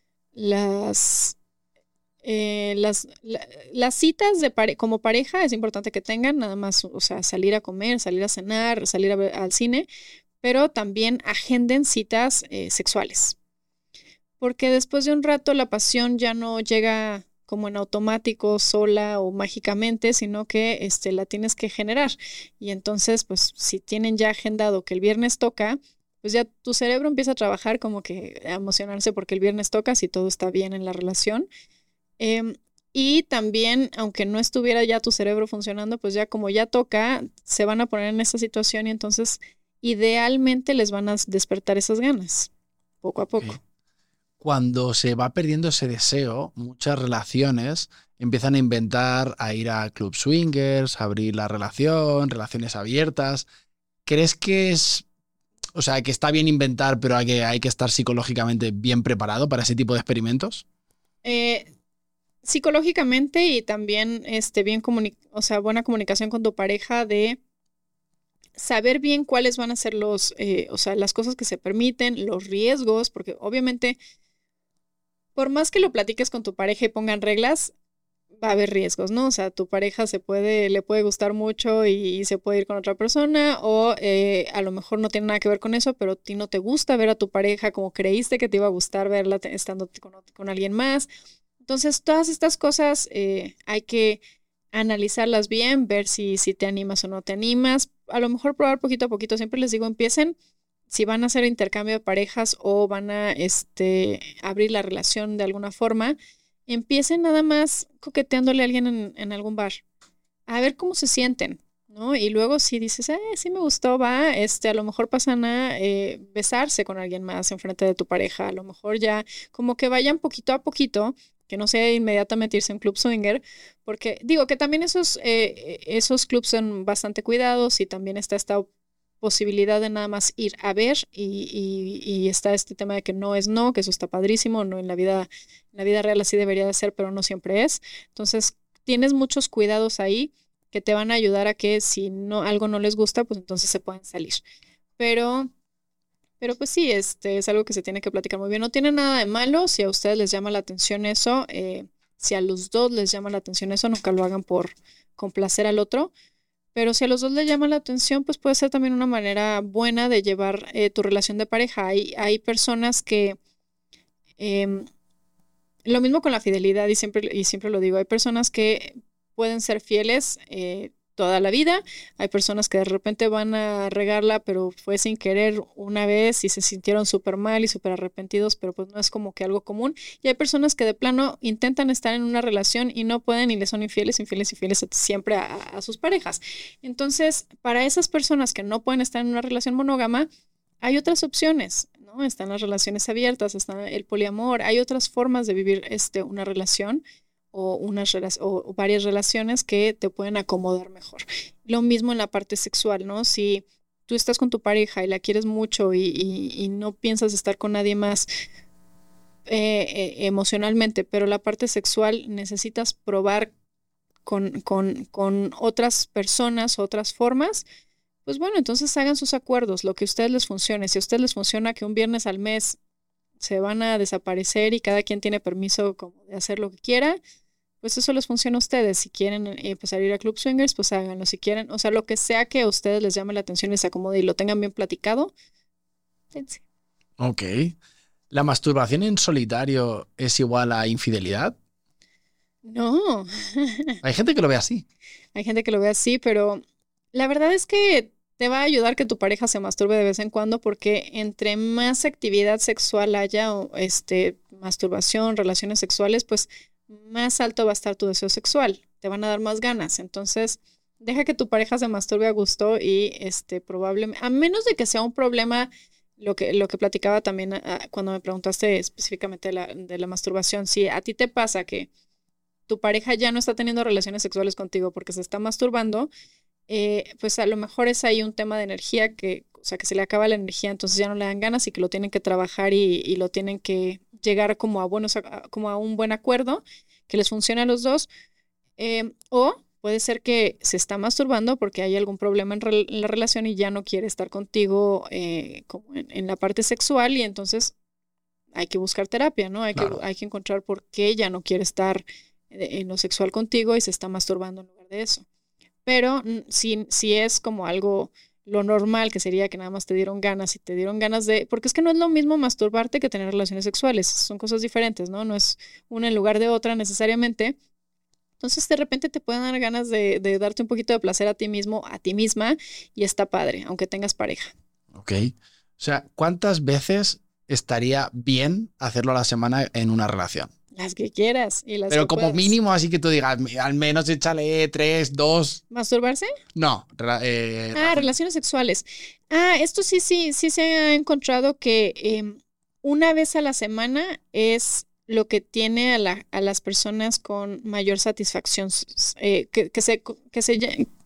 Speaker 2: las... Eh, las, la, las citas de pare como pareja es importante que tengan, nada más, o sea, salir a comer, salir a cenar, salir a ver, al cine, pero también agenden citas eh, sexuales. Porque después de un rato la pasión ya no llega como en automático, sola o mágicamente, sino que este, la tienes que generar. Y entonces, pues, si tienen ya agendado que el viernes toca, pues ya tu cerebro empieza a trabajar como que a emocionarse porque el viernes toca si todo está bien en la relación. Eh, y también, aunque no estuviera ya tu cerebro funcionando, pues ya como ya toca, se van a poner en esa situación y entonces idealmente les van a despertar esas ganas, poco a poco.
Speaker 1: Okay. Cuando se va perdiendo ese deseo, muchas relaciones empiezan a inventar a ir a club swingers, a abrir la relación, relaciones abiertas. ¿Crees que es, o sea, que está bien inventar, pero hay que, hay que estar psicológicamente bien preparado para ese tipo de experimentos?
Speaker 2: Eh, Psicológicamente y también este, bien comuni- o sea, buena comunicación con tu pareja de saber bien cuáles van a ser los, eh, o sea, las cosas que se permiten, los riesgos, porque obviamente por más que lo platiques con tu pareja y pongan reglas, va a haber riesgos, ¿no? O sea, tu pareja se puede, le puede gustar mucho y, y se puede ir con otra persona o eh, a lo mejor no tiene nada que ver con eso, pero a ti no te gusta ver a tu pareja como creíste que te iba a gustar verla te- estando con, con alguien más. Entonces, todas estas cosas eh, hay que analizarlas bien, ver si, si te animas o no te animas. A lo mejor probar poquito a poquito. Siempre les digo, empiecen, si van a hacer intercambio de parejas o van a este, abrir la relación de alguna forma, empiecen nada más coqueteándole a alguien en, en algún bar. a ver cómo se sienten, ¿no? Y luego si dices, eh, sí me gustó, va, este, a lo mejor pasan a eh, besarse con alguien más enfrente de tu pareja, a lo mejor ya como que vayan poquito a poquito, que no sea inmediatamente irse a un club swinger, porque digo que también esos, eh, esos clubs son bastante cuidados y también está esta posibilidad de nada más ir a ver y, y, y está este tema de que no es no, que eso está padrísimo, no en la vida, en la vida real así debería de ser, pero no siempre es. Entonces tienes muchos cuidados ahí que te van a ayudar a que si no, algo no les gusta, pues entonces se pueden salir. Pero, pero pues sí, este es algo que se tiene que platicar muy bien. No tiene nada de malo si a ustedes les llama la atención eso, eh, si a los dos les llama la atención eso, nunca lo hagan por complacer al otro. Pero si a los dos les llama la atención, pues puede ser también una manera buena de llevar eh, tu relación de pareja. Hay, hay personas que, eh, lo mismo con la fidelidad, y siempre, y siempre lo digo, hay personas que pueden ser fieles eh, toda la vida, hay personas que de repente van a regarla, pero fue sin querer una vez y se sintieron súper mal y súper arrepentidos, pero pues no es como que algo común, y hay personas que de plano intentan estar en una relación y no pueden y les son infieles, infieles, infieles siempre a, a sus parejas. Entonces, para esas personas que no pueden estar en una relación monógama, hay otras opciones, ¿no? Están las relaciones abiertas, está el poliamor, hay otras formas de vivir este, una relación o, unas o, o varias relaciones que te pueden acomodar mejor. Lo mismo en la parte sexual, ¿no? Si tú estás con tu pareja y la quieres mucho y, y, y no piensas estar con nadie más eh, eh, emocionalmente, pero la parte sexual necesitas probar con, con, con otras personas, otras formas, pues bueno, entonces hagan sus acuerdos, lo que a ustedes les funcione. Si a ustedes les funciona que un viernes al mes se van a desaparecer y cada quien tiene permiso como de hacer lo que quiera, pues eso les funciona a ustedes. Si quieren empezar a ir a Club Swingers, pues háganlo. Si quieren, o sea, lo que sea que a ustedes les llame la atención y se acomode y lo tengan bien platicado, dense.
Speaker 1: Ok. ¿La masturbación en solitario es igual a infidelidad?
Speaker 2: No.
Speaker 1: Hay gente que lo ve así.
Speaker 2: Hay gente que lo ve así, pero la verdad es que te va a ayudar que tu pareja se masturbe de vez en cuando, porque entre más actividad sexual haya, o este, masturbación, relaciones sexuales, pues más alto va a estar tu deseo sexual, te van a dar más ganas. Entonces, deja que tu pareja se masturbe a gusto y este, probablemente, a menos de que sea un problema, lo que, lo que platicaba también a, cuando me preguntaste específicamente de la, de la masturbación, si a ti te pasa que tu pareja ya no está teniendo relaciones sexuales contigo porque se está masturbando, eh, pues a lo mejor es ahí un tema de energía, que, o sea, que se le acaba la energía, entonces ya no le dan ganas y que lo tienen que trabajar y, y lo tienen que llegar como a, buenos, como a un buen acuerdo que les funcione a los dos. Eh, o puede ser que se está masturbando porque hay algún problema en, re, en la relación y ya no quiere estar contigo eh, como en, en la parte sexual, y entonces hay que buscar terapia, ¿no? Hay, claro. que, hay que encontrar por qué ya no quiere estar en lo sexual contigo y se está masturbando en lugar de eso. Pero si, si es como algo, lo normal, que sería que nada más te dieron ganas y te dieron ganas de, porque es que no es lo mismo masturbarte que tener relaciones sexuales, son cosas diferentes, ¿no? No es una en lugar de otra necesariamente. Entonces de repente te pueden dar ganas de, de darte un poquito de placer a ti mismo, a ti misma, y está padre, aunque tengas pareja.
Speaker 1: Ok. O sea, ¿cuántas veces estaría bien hacerlo a la semana en una relación?
Speaker 2: Las que quieras. Y las
Speaker 1: Pero
Speaker 2: que
Speaker 1: como
Speaker 2: puedas.
Speaker 1: Mínimo, así que tú digas, al menos échale tres, dos.
Speaker 2: ¿Masturbarse?
Speaker 1: No. Eh,
Speaker 2: ah, relaciones sexuales. Ah, esto sí, sí, sí se ha encontrado que eh, una vez a la semana es lo que tiene a, la, a las personas con mayor satisfacción, eh, que, que se, que se,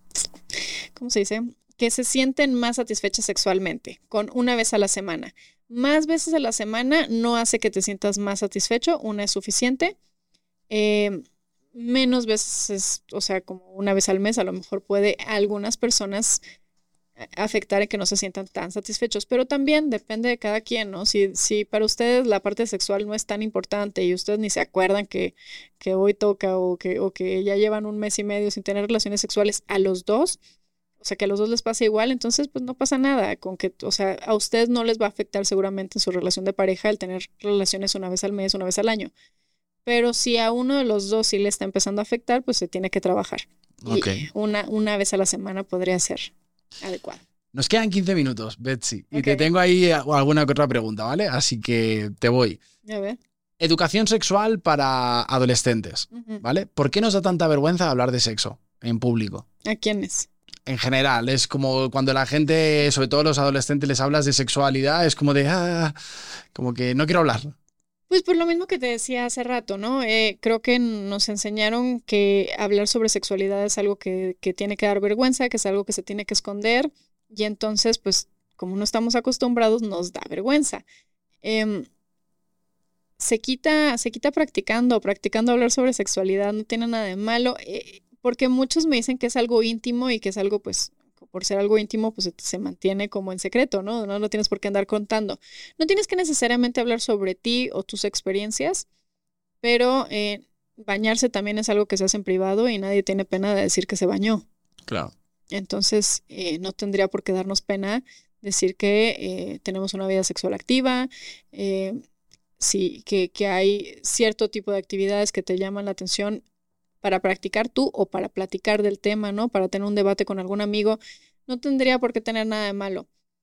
Speaker 2: ¿cómo se dice? Que se sienten más satisfechas sexualmente, con una vez a la semana. Más veces a la semana no hace que te sientas más satisfecho, una es suficiente. Eh, menos veces, o sea, como una vez al mes, a lo mejor puede a algunas personas afectar en que no se sientan tan satisfechos, pero también depende de cada quien, ¿no? Si, si para ustedes la parte sexual no es tan importante y ustedes ni se acuerdan que, que hoy toca o que, o que ya llevan un mes y medio sin tener relaciones sexuales a los dos, o sea, que a los dos les pasa igual, entonces pues no pasa nada con que, o sea, a ustedes no les va a afectar seguramente en su relación de pareja el tener relaciones una vez al mes, una vez al año. Pero si a uno de los dos sí le está empezando a afectar, pues se tiene que trabajar.
Speaker 1: Okay.
Speaker 2: Y una, una vez a la semana podría ser adecuado.
Speaker 1: Nos quedan quince minutos, Betsy, y
Speaker 2: okay.
Speaker 1: te tengo ahí alguna que otra pregunta, ¿vale? Así que te voy.
Speaker 2: A ver.
Speaker 1: Educación sexual para adolescentes, uh-huh. ¿vale? ¿Por qué nos da tanta vergüenza hablar de sexo? en público.
Speaker 2: ¿A quiénes?
Speaker 1: En general, es como cuando la gente, sobre todo los adolescentes, les hablas de sexualidad, es como de, ah, como que no quiero hablar.
Speaker 2: Pues por lo mismo que te decía hace rato, ¿no? Eh, creo que nos enseñaron que hablar sobre sexualidad es algo que, que tiene que dar vergüenza, que es algo que se tiene que esconder, y entonces, pues, como no estamos acostumbrados, nos da vergüenza. Eh, se quita, se quita practicando, practicando hablar sobre sexualidad, no tiene nada de malo, eh, porque muchos me dicen que es algo íntimo y que es algo, pues, por ser algo íntimo, pues se, se mantiene como en secreto, ¿no? No lo tienes por qué andar contando. No tienes que necesariamente hablar sobre ti o tus experiencias, pero eh, bañarse también es algo que se hace en privado y nadie tiene pena de decir que se bañó.
Speaker 1: Claro.
Speaker 2: Entonces, eh, no tendría por qué darnos pena decir que eh, tenemos una vida sexual activa, eh, sí, que, que hay cierto tipo de actividades que te llaman la atención para practicar tú o para platicar del tema, ¿no? Para tener un debate con algún amigo, no tendría por qué tener nada de malo.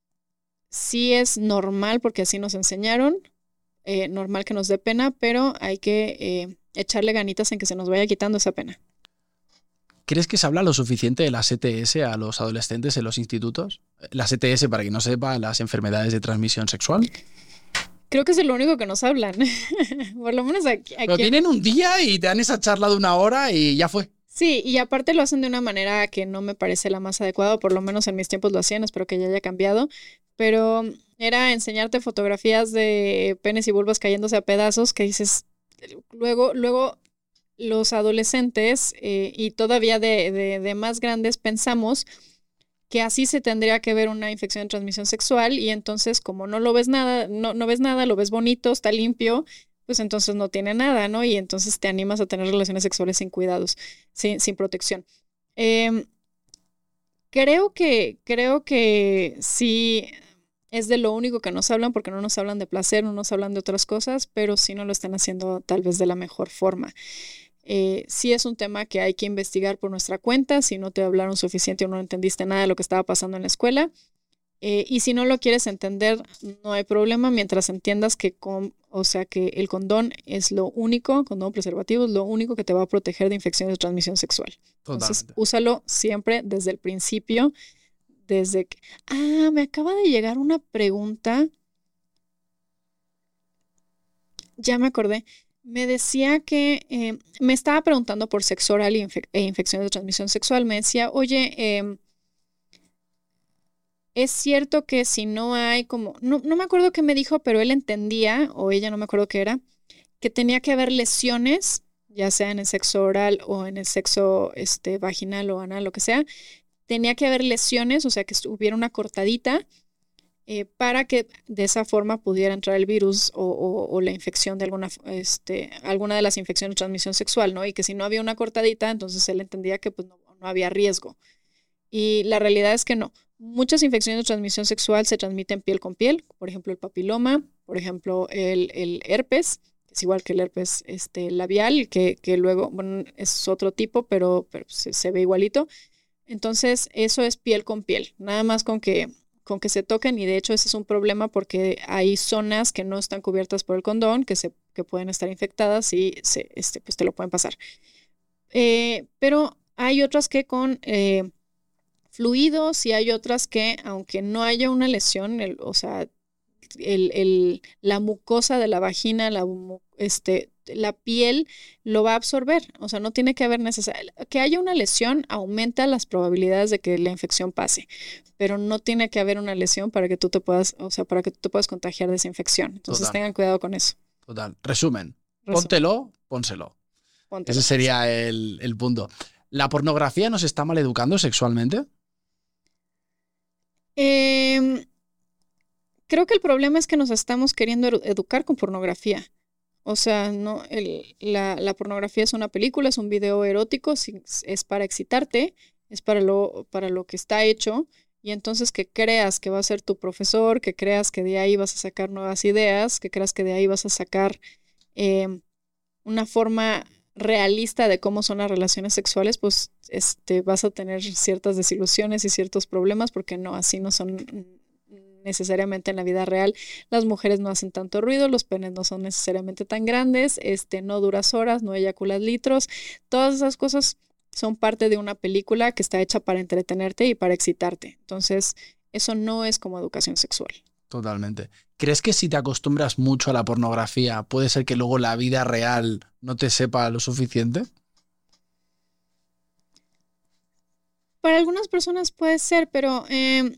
Speaker 2: Sí es normal, porque así nos enseñaron, eh, normal que nos dé pena, pero hay que eh, echarle ganitas en que se nos vaya quitando esa pena.
Speaker 1: ¿Crees que se habla lo suficiente de las E T S a los adolescentes en los institutos? Las E T S, para quien no sepa, las enfermedades de transmisión sexual.
Speaker 2: Creo que es lo único que nos hablan. Por lo menos aquí. aquí
Speaker 1: Pero vienen un día y te dan esa charla de una hora y ya fue.
Speaker 2: Sí, y aparte lo hacen de una manera que no me parece la más adecuada, por lo menos en mis tiempos lo hacían, espero que ya haya cambiado, pero era enseñarte fotografías de penes y vulvas cayéndose a pedazos, que dices, luego, luego los adolescentes eh, y todavía de, de, de más grandes pensamos que así se tendría que ver una infección de transmisión sexual, y entonces como no lo ves nada, no, no ves nada, lo ves bonito, está limpio, pues entonces no tiene nada, ¿no? Y entonces te animas a tener relaciones sexuales sin cuidados, sin, sin protección. Eh, creo que, creo que sí es de lo único que nos hablan, porque no nos hablan de placer, no nos hablan de otras cosas, pero sí no lo están haciendo tal vez de la mejor forma. Eh, sí es un tema que hay que investigar por nuestra cuenta, si no te hablaron suficiente o no entendiste nada de lo que estaba pasando en la escuela. Eh, y si no lo quieres entender, no hay problema, mientras entiendas que, con, o sea, que el condón es lo único, condón preservativo es lo único que te va a proteger de infecciones de transmisión sexual. Entonces, Totalmente. Úsalo siempre desde el principio, desde que... Ah, me acaba de llegar una pregunta. Ya me acordé. Me decía que eh, me estaba preguntando por sexo oral y infe- e infecciones de transmisión sexual. Me decía, oye, eh, es cierto que si no hay como, no, no me acuerdo qué me dijo, pero él entendía, o ella, no me acuerdo qué era, que tenía que haber lesiones, ya sea en el sexo oral o en el sexo este, vaginal o anal, lo que sea, tenía que haber lesiones, o sea, que hubiera una cortadita, Eh, para que de esa forma pudiera entrar el virus o, o, o la infección de alguna, este, alguna de las infecciones de transmisión sexual, ¿no? Y que si no había una cortadita, entonces él entendía que pues, no, no había riesgo. Y la realidad es que no. Muchas infecciones de transmisión sexual se transmiten piel con piel, por ejemplo el papiloma, por ejemplo el, el herpes, que es igual que el herpes este, labial, que, que luego, bueno, es otro tipo, pero, pero se, se ve igualito. Entonces eso es piel con piel, nada más con que... con que se toquen, y de hecho ese es un problema porque hay zonas que no están cubiertas por el condón, que, se, que pueden estar infectadas y se, este, pues te lo pueden pasar. Eh, pero hay otras que con eh, fluidos, y hay otras que aunque no haya una lesión, el, o sea, el, el, la mucosa de la vagina, la, este, la piel lo va a absorber, o sea, no tiene que haber necesario que haya una lesión, aumenta las probabilidades de que la infección pase, pero no tiene que haber una lesión para que tú te puedas, o sea, para que tú te puedas contagiar de esa infección. Entonces, Total. tengan cuidado con eso.
Speaker 1: Total. Resumen, Resumen. Póntelo, pónselo. Póntelo. Ese sería el, el punto. ¿La pornografía nos está maleducando sexualmente?
Speaker 2: Eh, creo que el problema es que nos estamos queriendo educar con pornografía. O sea, no, el, la, la pornografía es una película, es un video erótico, es para excitarte, es para lo, para lo que está hecho, y entonces que creas que va a ser tu profesor, que creas que de ahí vas a sacar nuevas ideas, que creas que de ahí vas a sacar eh, una forma realista de cómo son las relaciones sexuales, pues este, vas a tener ciertas desilusiones y ciertos problemas, porque no, así no son necesariamente en la vida real. Las mujeres no hacen tanto ruido, los penes no son necesariamente tan grandes, este, no duras horas, no eyaculas litros, todas esas cosas son parte de una película que está hecha para entretenerte y para excitarte. Entonces, eso no es como educación sexual.
Speaker 1: Totalmente. ¿Crees que si te acostumbras mucho a la pornografía, puede ser que luego la vida real no te sepa lo suficiente?
Speaker 2: Para algunas personas puede ser, pero eh,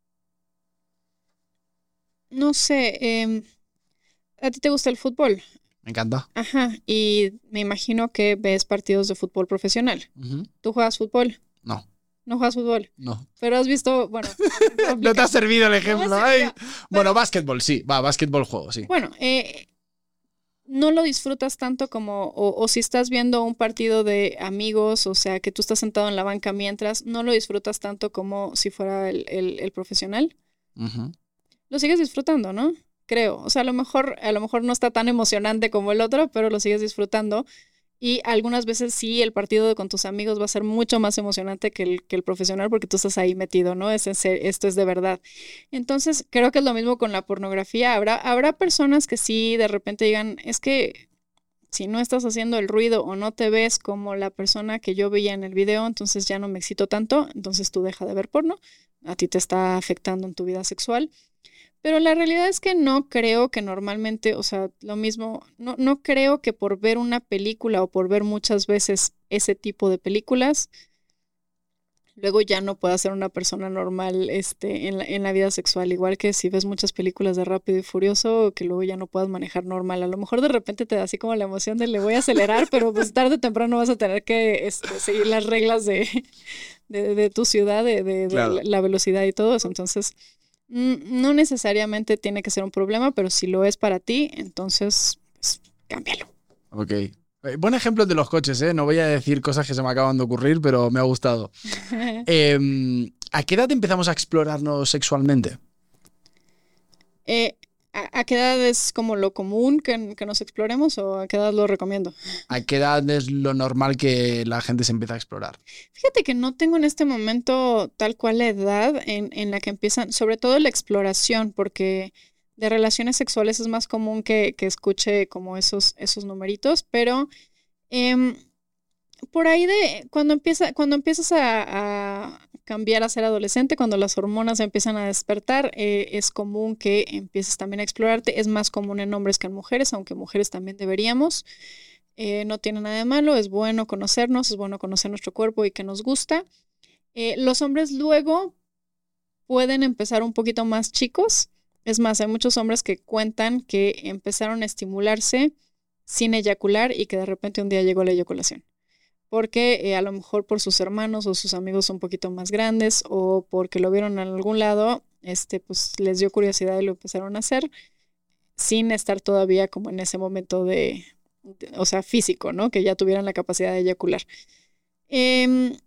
Speaker 2: no sé, eh, ¿a ti te gusta el fútbol?
Speaker 1: Me encanta.
Speaker 2: Ajá, y me imagino que ves partidos de fútbol profesional.
Speaker 1: Uh-huh.
Speaker 2: ¿Tú juegas fútbol?
Speaker 1: No.
Speaker 2: ¿No juegas fútbol?
Speaker 1: No.
Speaker 2: Pero has visto, bueno...
Speaker 1: No te ha servido el ejemplo.
Speaker 2: No
Speaker 1: Ay.
Speaker 2: pero,
Speaker 1: bueno, básquetbol, sí. Va, básquetbol juego, sí.
Speaker 2: Bueno, eh, no lo disfrutas tanto como... O, o si estás viendo un partido de amigos, o sea, que tú estás sentado en la banca mientras, no lo disfrutas tanto como si fuera el, el, el profesional.
Speaker 1: Uh-huh.
Speaker 2: Lo sigues disfrutando, ¿no? Creo. O sea, a lo mejor, a lo mejor no está tan emocionante como el otro, pero lo sigues disfrutando. Y algunas veces sí, el partido con tus amigos va a ser mucho más emocionante que el, que el profesional porque tú estás ahí metido, ¿no? Es, es, esto es de verdad. Entonces, creo que es lo mismo con la pornografía. Habrá, habrá personas que sí de repente digan, es que si no estás haciendo el ruido o no te ves como la persona que yo veía en el video, entonces ya no me excito tanto, entonces tú deja de ver porno. A ti te está afectando en tu vida sexual. Pero la realidad es que no creo que normalmente, o sea, lo mismo, no, no creo que por ver una película o por ver muchas veces ese tipo de películas, luego ya no pueda ser una persona normal este, en la, en la vida sexual. Igual que si ves muchas películas de Rápido y Furioso, que luego ya no puedas manejar normal. A lo mejor de repente te da así como la emoción de le voy a acelerar, pero pues tarde o temprano vas a tener que este, seguir las reglas de, de, de tu ciudad, de, de, claro. de la velocidad y todo eso. Entonces... no necesariamente tiene que ser un problema, pero si lo es para ti, entonces pues, cámbialo.
Speaker 1: Ok. Buen ejemplo de los coches, ¿eh? No voy a decir cosas que se me acaban de ocurrir, pero me ha gustado. eh, ¿A qué edad empezamos a explorarnos sexualmente?
Speaker 2: Eh, ¿a, ¿A qué edad es como lo común que, que nos exploremos o a qué edad lo recomiendo?
Speaker 1: ¿A qué edad es lo normal que la gente se empieza a explorar?
Speaker 2: Fíjate que no tengo en este momento tal cual la edad en, en la que empiezan, sobre todo la exploración, porque de relaciones sexuales es más común que, que escuche como esos, esos numeritos, pero eh, por ahí de cuando, empieza, cuando empiezas a, a cambiar a ser adolescente, cuando las hormonas empiezan a despertar, eh, es común que empieces también a explorarte. Es más común en hombres que en mujeres, aunque mujeres también deberíamos. Eh, no tiene nada de malo, es bueno conocernos, es bueno conocer nuestro cuerpo y que nos gusta. Eh, los hombres luego pueden empezar un poquito más chicos. Es más, hay muchos hombres que cuentan que empezaron a estimularse sin eyacular y que de repente un día llegó la eyaculación. Porque eh, a lo mejor por sus hermanos o sus amigos un poquito más grandes o porque lo vieron en algún lado, este, pues les dio curiosidad y lo empezaron a hacer sin estar todavía como en ese momento de, de o sea, físico, ¿no? Que ya tuvieran la capacidad de eyacular. Eh,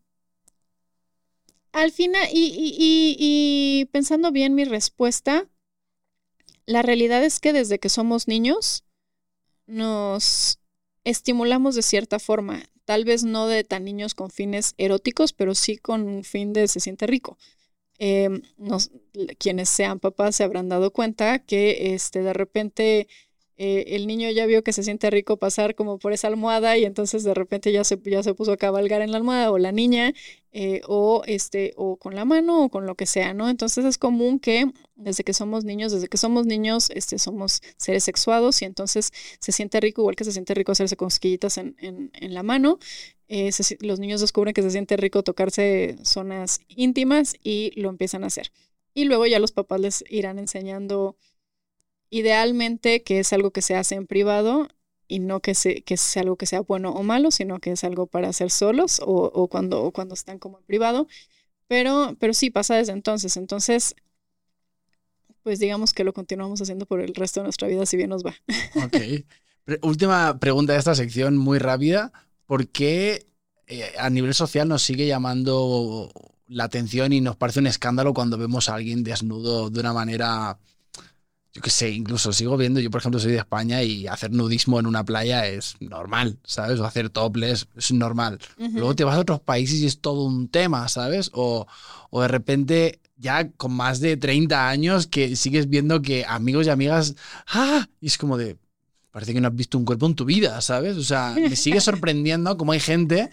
Speaker 2: al final, y, y, y, y pensando bien mi respuesta, la realidad es que desde que somos niños nos estimulamos de cierta forma. Tal vez no de tan niños con fines eróticos, pero sí con un fin de se siente rico. Eh, nos, quienes sean papás se habrán dado cuenta que este, de repente eh, el niño ya vio que se siente rico pasar como por esa almohada y entonces de repente ya se, ya se puso a cabalgar en la almohada o la niña eh, o, este, o con la mano o con lo que sea, ¿no? Entonces es común que desde que somos niños, desde que somos niños, este, somos seres sexuados y entonces se siente rico, igual que se siente rico hacerse cosquillitas en, en, en la mano. Eh, se, los niños descubren que se siente rico tocarse zonas íntimas y lo empiezan a hacer. Y luego ya los papás les irán enseñando idealmente que es algo que se hace en privado y no que, se, que sea algo que sea bueno o malo, sino que es algo para hacer solos o, o, cuando, o cuando están como en privado. Pero, pero sí, pasa desde entonces. Entonces, pues digamos que lo continuamos haciendo por el resto de nuestra vida, si bien nos va.
Speaker 1: Ok. Pre- última pregunta de esta sección, muy rápida. ¿Por qué eh, a nivel social nos sigue llamando la atención y nos parece un escándalo cuando vemos a alguien desnudo de una manera, yo qué sé, incluso sigo viendo, yo por ejemplo soy de España y hacer nudismo en una playa es normal, ¿sabes? O hacer topless es normal. Uh-huh. Luego te vas a otros países y es todo un tema, ¿sabes? O, o de repente ya con más de treinta años que sigues viendo que amigos y amigas, ¡ah! Y es como de... Parece que no has visto un cuerpo en tu vida, ¿sabes? O sea, me sigue sorprendiendo cómo hay gente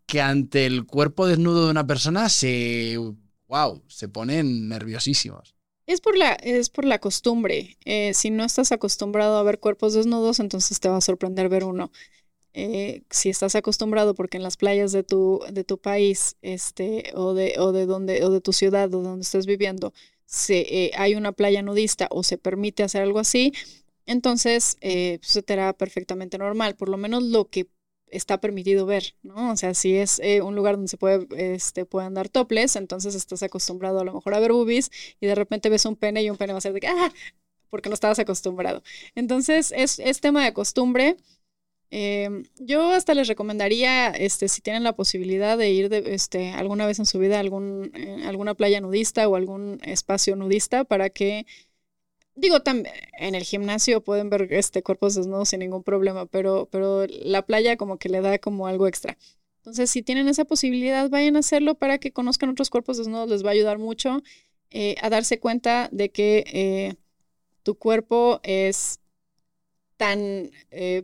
Speaker 1: que ante el cuerpo desnudo de una persona se, wow, se ponen nerviosísimos.
Speaker 2: Es por la, es por la costumbre. Eh, si no estás acostumbrado a ver cuerpos desnudos, entonces te va a sorprender ver uno. Eh, si estás acostumbrado, porque en las playas de tu, de tu país, este, o de, o de donde, o de tu ciudad, o donde estés viviendo, se, eh, hay una playa nudista o se permite hacer algo así, entonces eh, se te hará perfectamente normal, por lo menos lo que está permitido ver, ¿no? O sea, si es eh, un lugar donde se puede, este, pueden dar toples, entonces estás acostumbrado a lo mejor a ver boobies y de repente ves un pene y un pene va a ser de que, ¡ah! Porque no estabas acostumbrado. Entonces es, es tema de costumbre. Eh, yo hasta les recomendaría, este, si tienen la posibilidad de ir de, este, alguna vez en su vida a algún, eh, alguna playa nudista o algún espacio nudista para que, digo, también en el gimnasio pueden ver este, cuerpos desnudos sin ningún problema, pero, pero la playa como que le da como algo extra. Entonces, si tienen esa posibilidad, vayan a hacerlo para que conozcan otros cuerpos desnudos, les va a ayudar mucho eh, a darse cuenta de que eh, tu cuerpo es tan... Eh,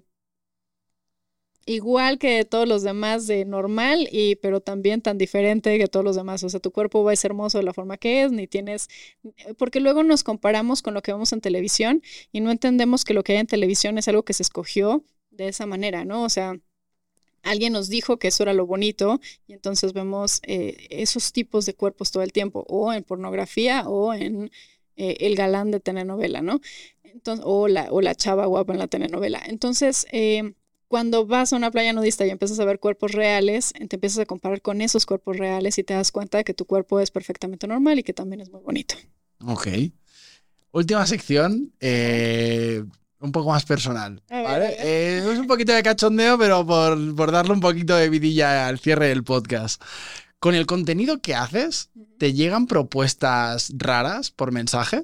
Speaker 2: igual que todos los demás de normal, y, pero también tan diferente que todos los demás. O sea, tu cuerpo va a ser hermoso de la forma que es, ni tienes... Porque luego nos comparamos con lo que vemos en televisión y no entendemos que lo que hay en televisión es algo que se escogió de esa manera, ¿no? O sea, alguien nos dijo que eso era lo bonito y entonces vemos eh, esos tipos de cuerpos todo el tiempo, o en pornografía o en eh, el galán de telenovela, ¿no? Entonces, o, la, o la chava guapa en la telenovela. Entonces... Eh, Cuando vas a una playa nudista y empiezas a ver cuerpos reales, te empiezas a comparar con esos cuerpos reales y te das cuenta de que tu cuerpo es perfectamente normal y que también es muy bonito.
Speaker 1: Ok. Última sección, eh, un poco más personal.
Speaker 2: A ver,
Speaker 1: ¿vale?
Speaker 2: a ver.
Speaker 1: Eh, es un poquito de cachondeo, pero por, por darle un poquito de vidilla al cierre del podcast. Con el contenido que haces, ¿te llegan propuestas raras por mensaje?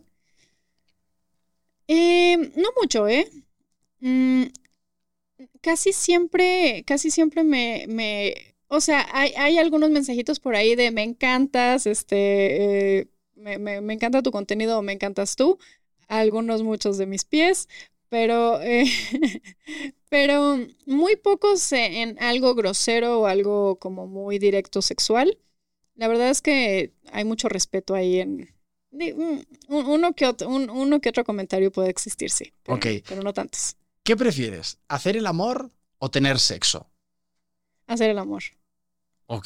Speaker 2: Eh, no mucho, ¿eh? Mm, Casi siempre, casi siempre me, me, o sea, hay, hay algunos mensajitos por ahí de me encantas, este, eh, me, me, me encanta tu contenido o me encantas tú, algunos muchos de mis pies, pero, eh, pero muy pocos en algo grosero o algo como muy directo sexual. La verdad es que hay mucho respeto ahí en... Uno que otro, un, uno que otro comentario puede existir, sí, pero,
Speaker 1: Ok.
Speaker 2: pero no tantos.
Speaker 1: ¿Qué prefieres? ¿Hacer el amor o tener sexo?
Speaker 2: Hacer el amor.
Speaker 1: Ok.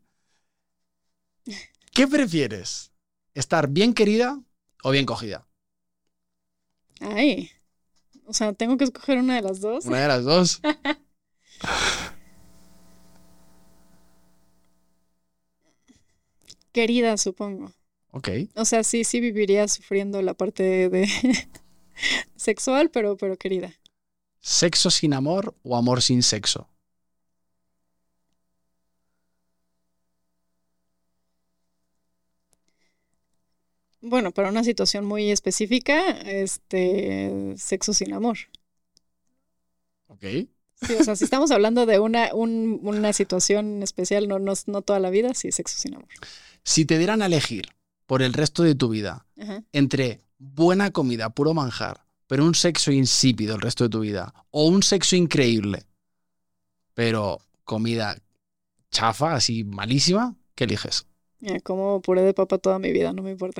Speaker 1: ¿Qué prefieres? ¿Estar bien querida o bien cogida?
Speaker 2: Ay, o sea, tengo que escoger una de las dos.
Speaker 1: Una de las dos.
Speaker 2: Querida, supongo.
Speaker 1: Ok.
Speaker 2: O sea, sí, sí viviría sufriendo la parte de, de sexual, pero, pero querida.
Speaker 1: ¿Sexo sin amor o amor sin sexo?
Speaker 2: Bueno, para una situación muy específica, este, sexo sin amor.
Speaker 1: Ok.
Speaker 2: Sí, o sea, si estamos hablando de una, un, una situación especial, no, no, no toda la vida, sí, sexo sin amor.
Speaker 1: Si te dieran a elegir por el resto de tu vida
Speaker 2: Ajá.
Speaker 1: entre buena comida, puro manjar, pero un sexo insípido el resto de tu vida, o un sexo increíble, pero comida chafa, así malísima, ¿qué eliges?
Speaker 2: Ya, como puré de papa toda mi vida, no me importa.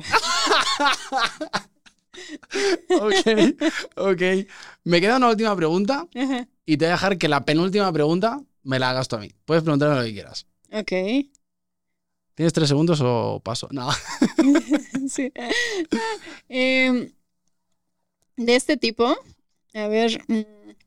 Speaker 1: Ok, ok. Me queda una última pregunta
Speaker 2: Ajá.
Speaker 1: y te voy a dejar que la penúltima pregunta me la hagas tú a mí. Puedes preguntarme lo que quieras.
Speaker 2: Ok.
Speaker 1: ¿Tienes tres segundos o paso? No.
Speaker 2: Sí. Eh, de este tipo, a ver, mm,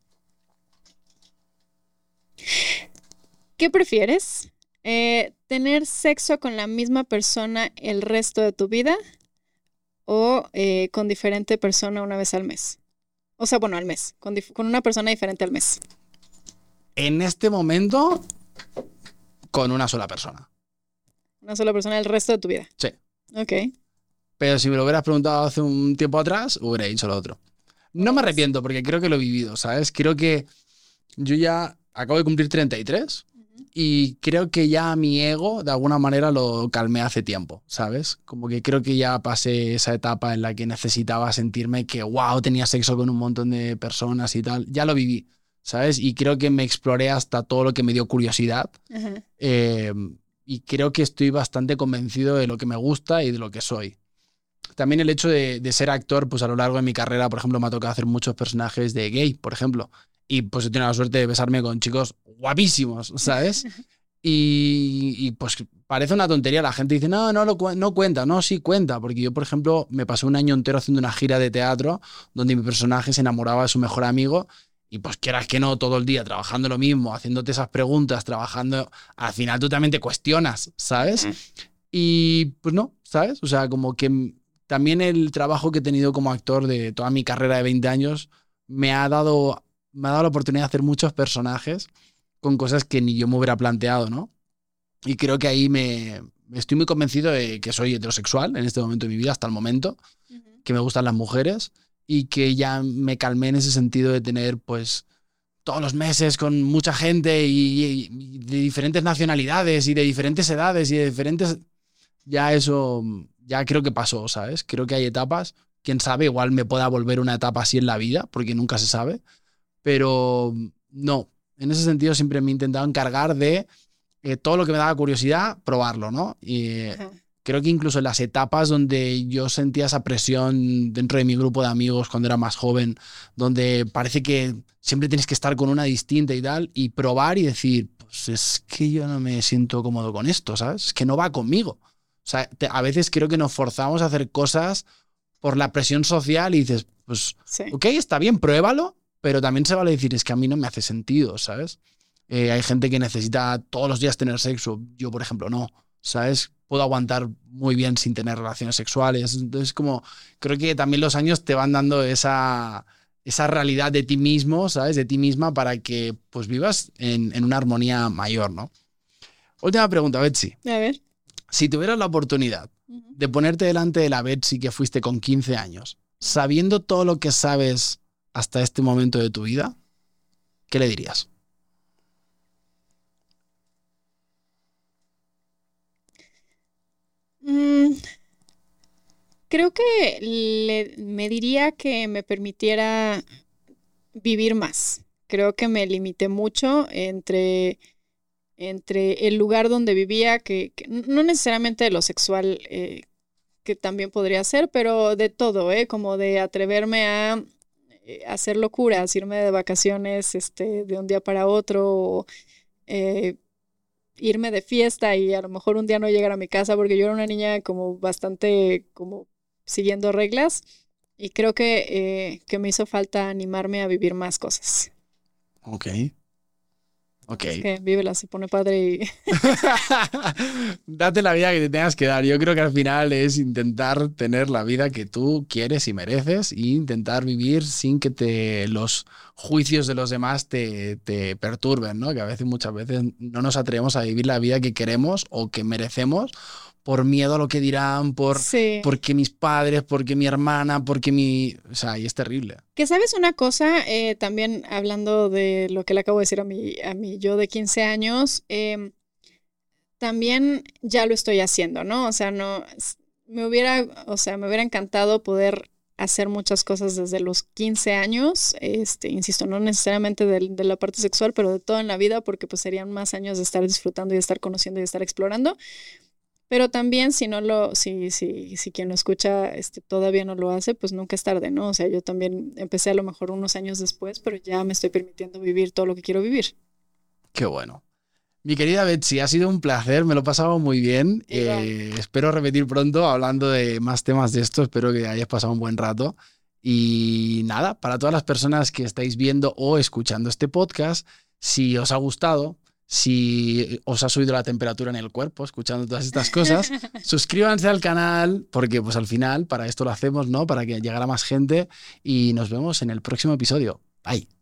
Speaker 2: ¿qué prefieres? Eh, ¿tener sexo con la misma persona el resto de tu vida o eh, con diferente persona una vez al mes? O sea, bueno, al mes, con, dif- con una persona diferente al mes.
Speaker 1: En este momento, con una sola persona.
Speaker 2: Una sola persona el resto de tu vida.
Speaker 1: Sí.
Speaker 2: Ok.
Speaker 1: Pero si me lo hubieras preguntado hace un tiempo atrás, hubiera dicho lo otro. No me arrepiento porque creo que lo he vivido, ¿sabes? Creo que yo ya acabo de cumplir treinta y tres y creo que ya mi ego de alguna manera lo calmé hace tiempo, ¿sabes? Como que creo que ya pasé esa etapa en la que necesitaba sentirme que, wow, tenía sexo con un montón de personas y tal. Ya lo viví, ¿sabes? Y creo que me exploré hasta todo lo que me dio curiosidad.
Speaker 2: Ajá.
Speaker 1: Eh, y creo que estoy bastante convencido de lo que me gusta y de lo que soy. También el hecho de, de ser actor, pues a lo largo de mi carrera, por ejemplo, me ha tocado hacer muchos personajes de gay, por ejemplo. Y pues he tenido la suerte de besarme con chicos guapísimos, ¿sabes? Y, y pues parece una tontería. La gente dice, no, no, lo, cu- no cuenta. No, sí cuenta. Porque yo, por ejemplo, me pasé un año entero haciendo una gira de teatro donde mi personaje se enamoraba de su mejor amigo. Y pues quieras que no, todo el día trabajando lo mismo, haciéndote esas preguntas, trabajando, al final tú también te cuestionas, ¿sabes?
Speaker 2: Ajá.
Speaker 1: Y pues no, ¿sabes? O sea, como que m- también el trabajo que he tenido como actor de toda mi carrera de veinte años me ha dado, me ha dado la oportunidad de hacer muchos personajes con cosas que ni yo me hubiera planteado, ¿no? Y creo que ahí me estoy muy convencido de que soy heterosexual en este momento de mi vida, hasta el momento,
Speaker 2: Ujú.
Speaker 1: que me gustan las mujeres y que ya me calmé en ese sentido de tener, pues, todos los meses con mucha gente y, y- y de diferentes nacionalidades y de diferentes edades y de diferentes... Ya eso, ya creo que pasó, ¿sabes? Creo que hay etapas. Quién sabe, igual me pueda volver una etapa así en la vida, porque nunca se sabe. Pero no, en ese sentido siempre me he intentado encargar de eh, todo lo que me daba curiosidad, probarlo, ¿no? Y eh,
Speaker 2: Ajá.
Speaker 1: creo que incluso en las etapas donde yo sentía esa presión dentro de mi grupo de amigos cuando era más joven, donde parece que siempre tienes que estar con una distinta y tal, y probar y decir, pues es que yo no me siento cómodo con esto, ¿sabes? Es que no va conmigo. O sea, te- a veces creo que nos forzamos a hacer cosas por la presión social y dices, pues,
Speaker 2: Sí.
Speaker 1: ok, está bien, pruébalo, pero también se vale decir, es que a mí no me hace sentido, ¿sabes? Eh, hay gente que necesita todos los días tener sexo, yo por ejemplo no, ¿sabes? Puedo aguantar muy bien sin tener relaciones sexuales, entonces como creo que también los años te van dando esa, esa realidad de ti mismo, ¿sabes? De ti misma para que pues vivas en, en una armonía mayor, ¿no? Última pregunta, Betsy.
Speaker 2: A ver.
Speaker 1: Si tuvieras la oportunidad
Speaker 2: Ujú.
Speaker 1: de ponerte delante de la Betsy que fuiste con quince años, sabiendo todo lo que sabes hasta este momento de tu vida, ¿qué le dirías?
Speaker 2: Mm, creo que le, me diría que me permitiera vivir más. Creo que me limité mucho entre, entre el lugar donde vivía, que, que no necesariamente de lo sexual, eh, que también podría ser, pero de todo, ¿eh? Como de atreverme a eh, hacer locuras, irme de vacaciones este, de un día para otro, o, eh, irme de fiesta y a lo mejor un día no llegar a mi casa porque yo era una niña como bastante como siguiendo reglas y creo que, eh, que me hizo falta animarme a vivir más cosas.
Speaker 1: Ok, ok.
Speaker 2: Es que vívela, se pone padre y
Speaker 1: Date la vida que te tengas que dar. Yo creo que al final es intentar tener la vida que tú quieres y mereces e intentar vivir sin que te los juicios de los demás te, te perturben, ¿no? Que a veces, muchas veces no nos atrevemos a vivir la vida que queremos o que merecemos por miedo a lo que dirán, por
Speaker 2: sí.
Speaker 1: porque mis padres, porque mi hermana, porque mi... O sea, y es terrible.
Speaker 2: Que sabes una cosa, eh, también hablando de lo que le acabo de decir a mi, a mi yo de quince años, eh, también ya lo estoy haciendo, ¿no? O sea, no, me hubiera, o sea, me hubiera encantado poder hacer muchas cosas desde los quince años, este, insisto, no necesariamente de, de la parte sexual, pero de todo en la vida, porque pues serían más años de estar disfrutando y de estar conociendo y de estar explorando. Pero también si no lo, si, si, si quien lo escucha este, todavía no lo hace, pues nunca es tarde, ¿no? O sea, yo también empecé a lo mejor unos años después, pero ya me estoy permitiendo vivir todo lo que quiero vivir.
Speaker 1: Qué bueno. Mi querida Betsy, ha sido un placer, me lo he pasado muy bien. Eh, espero repetir pronto hablando de más temas de esto, espero que hayas pasado un buen rato. Y nada, para todas las personas que estáis viendo o escuchando este podcast, si os ha gustado, si os ha subido la temperatura en el cuerpo escuchando todas estas cosas, suscríbanse al canal porque pues al final para esto lo hacemos, ¿no? Para que llegara más gente y nos vemos en el próximo episodio. Bye.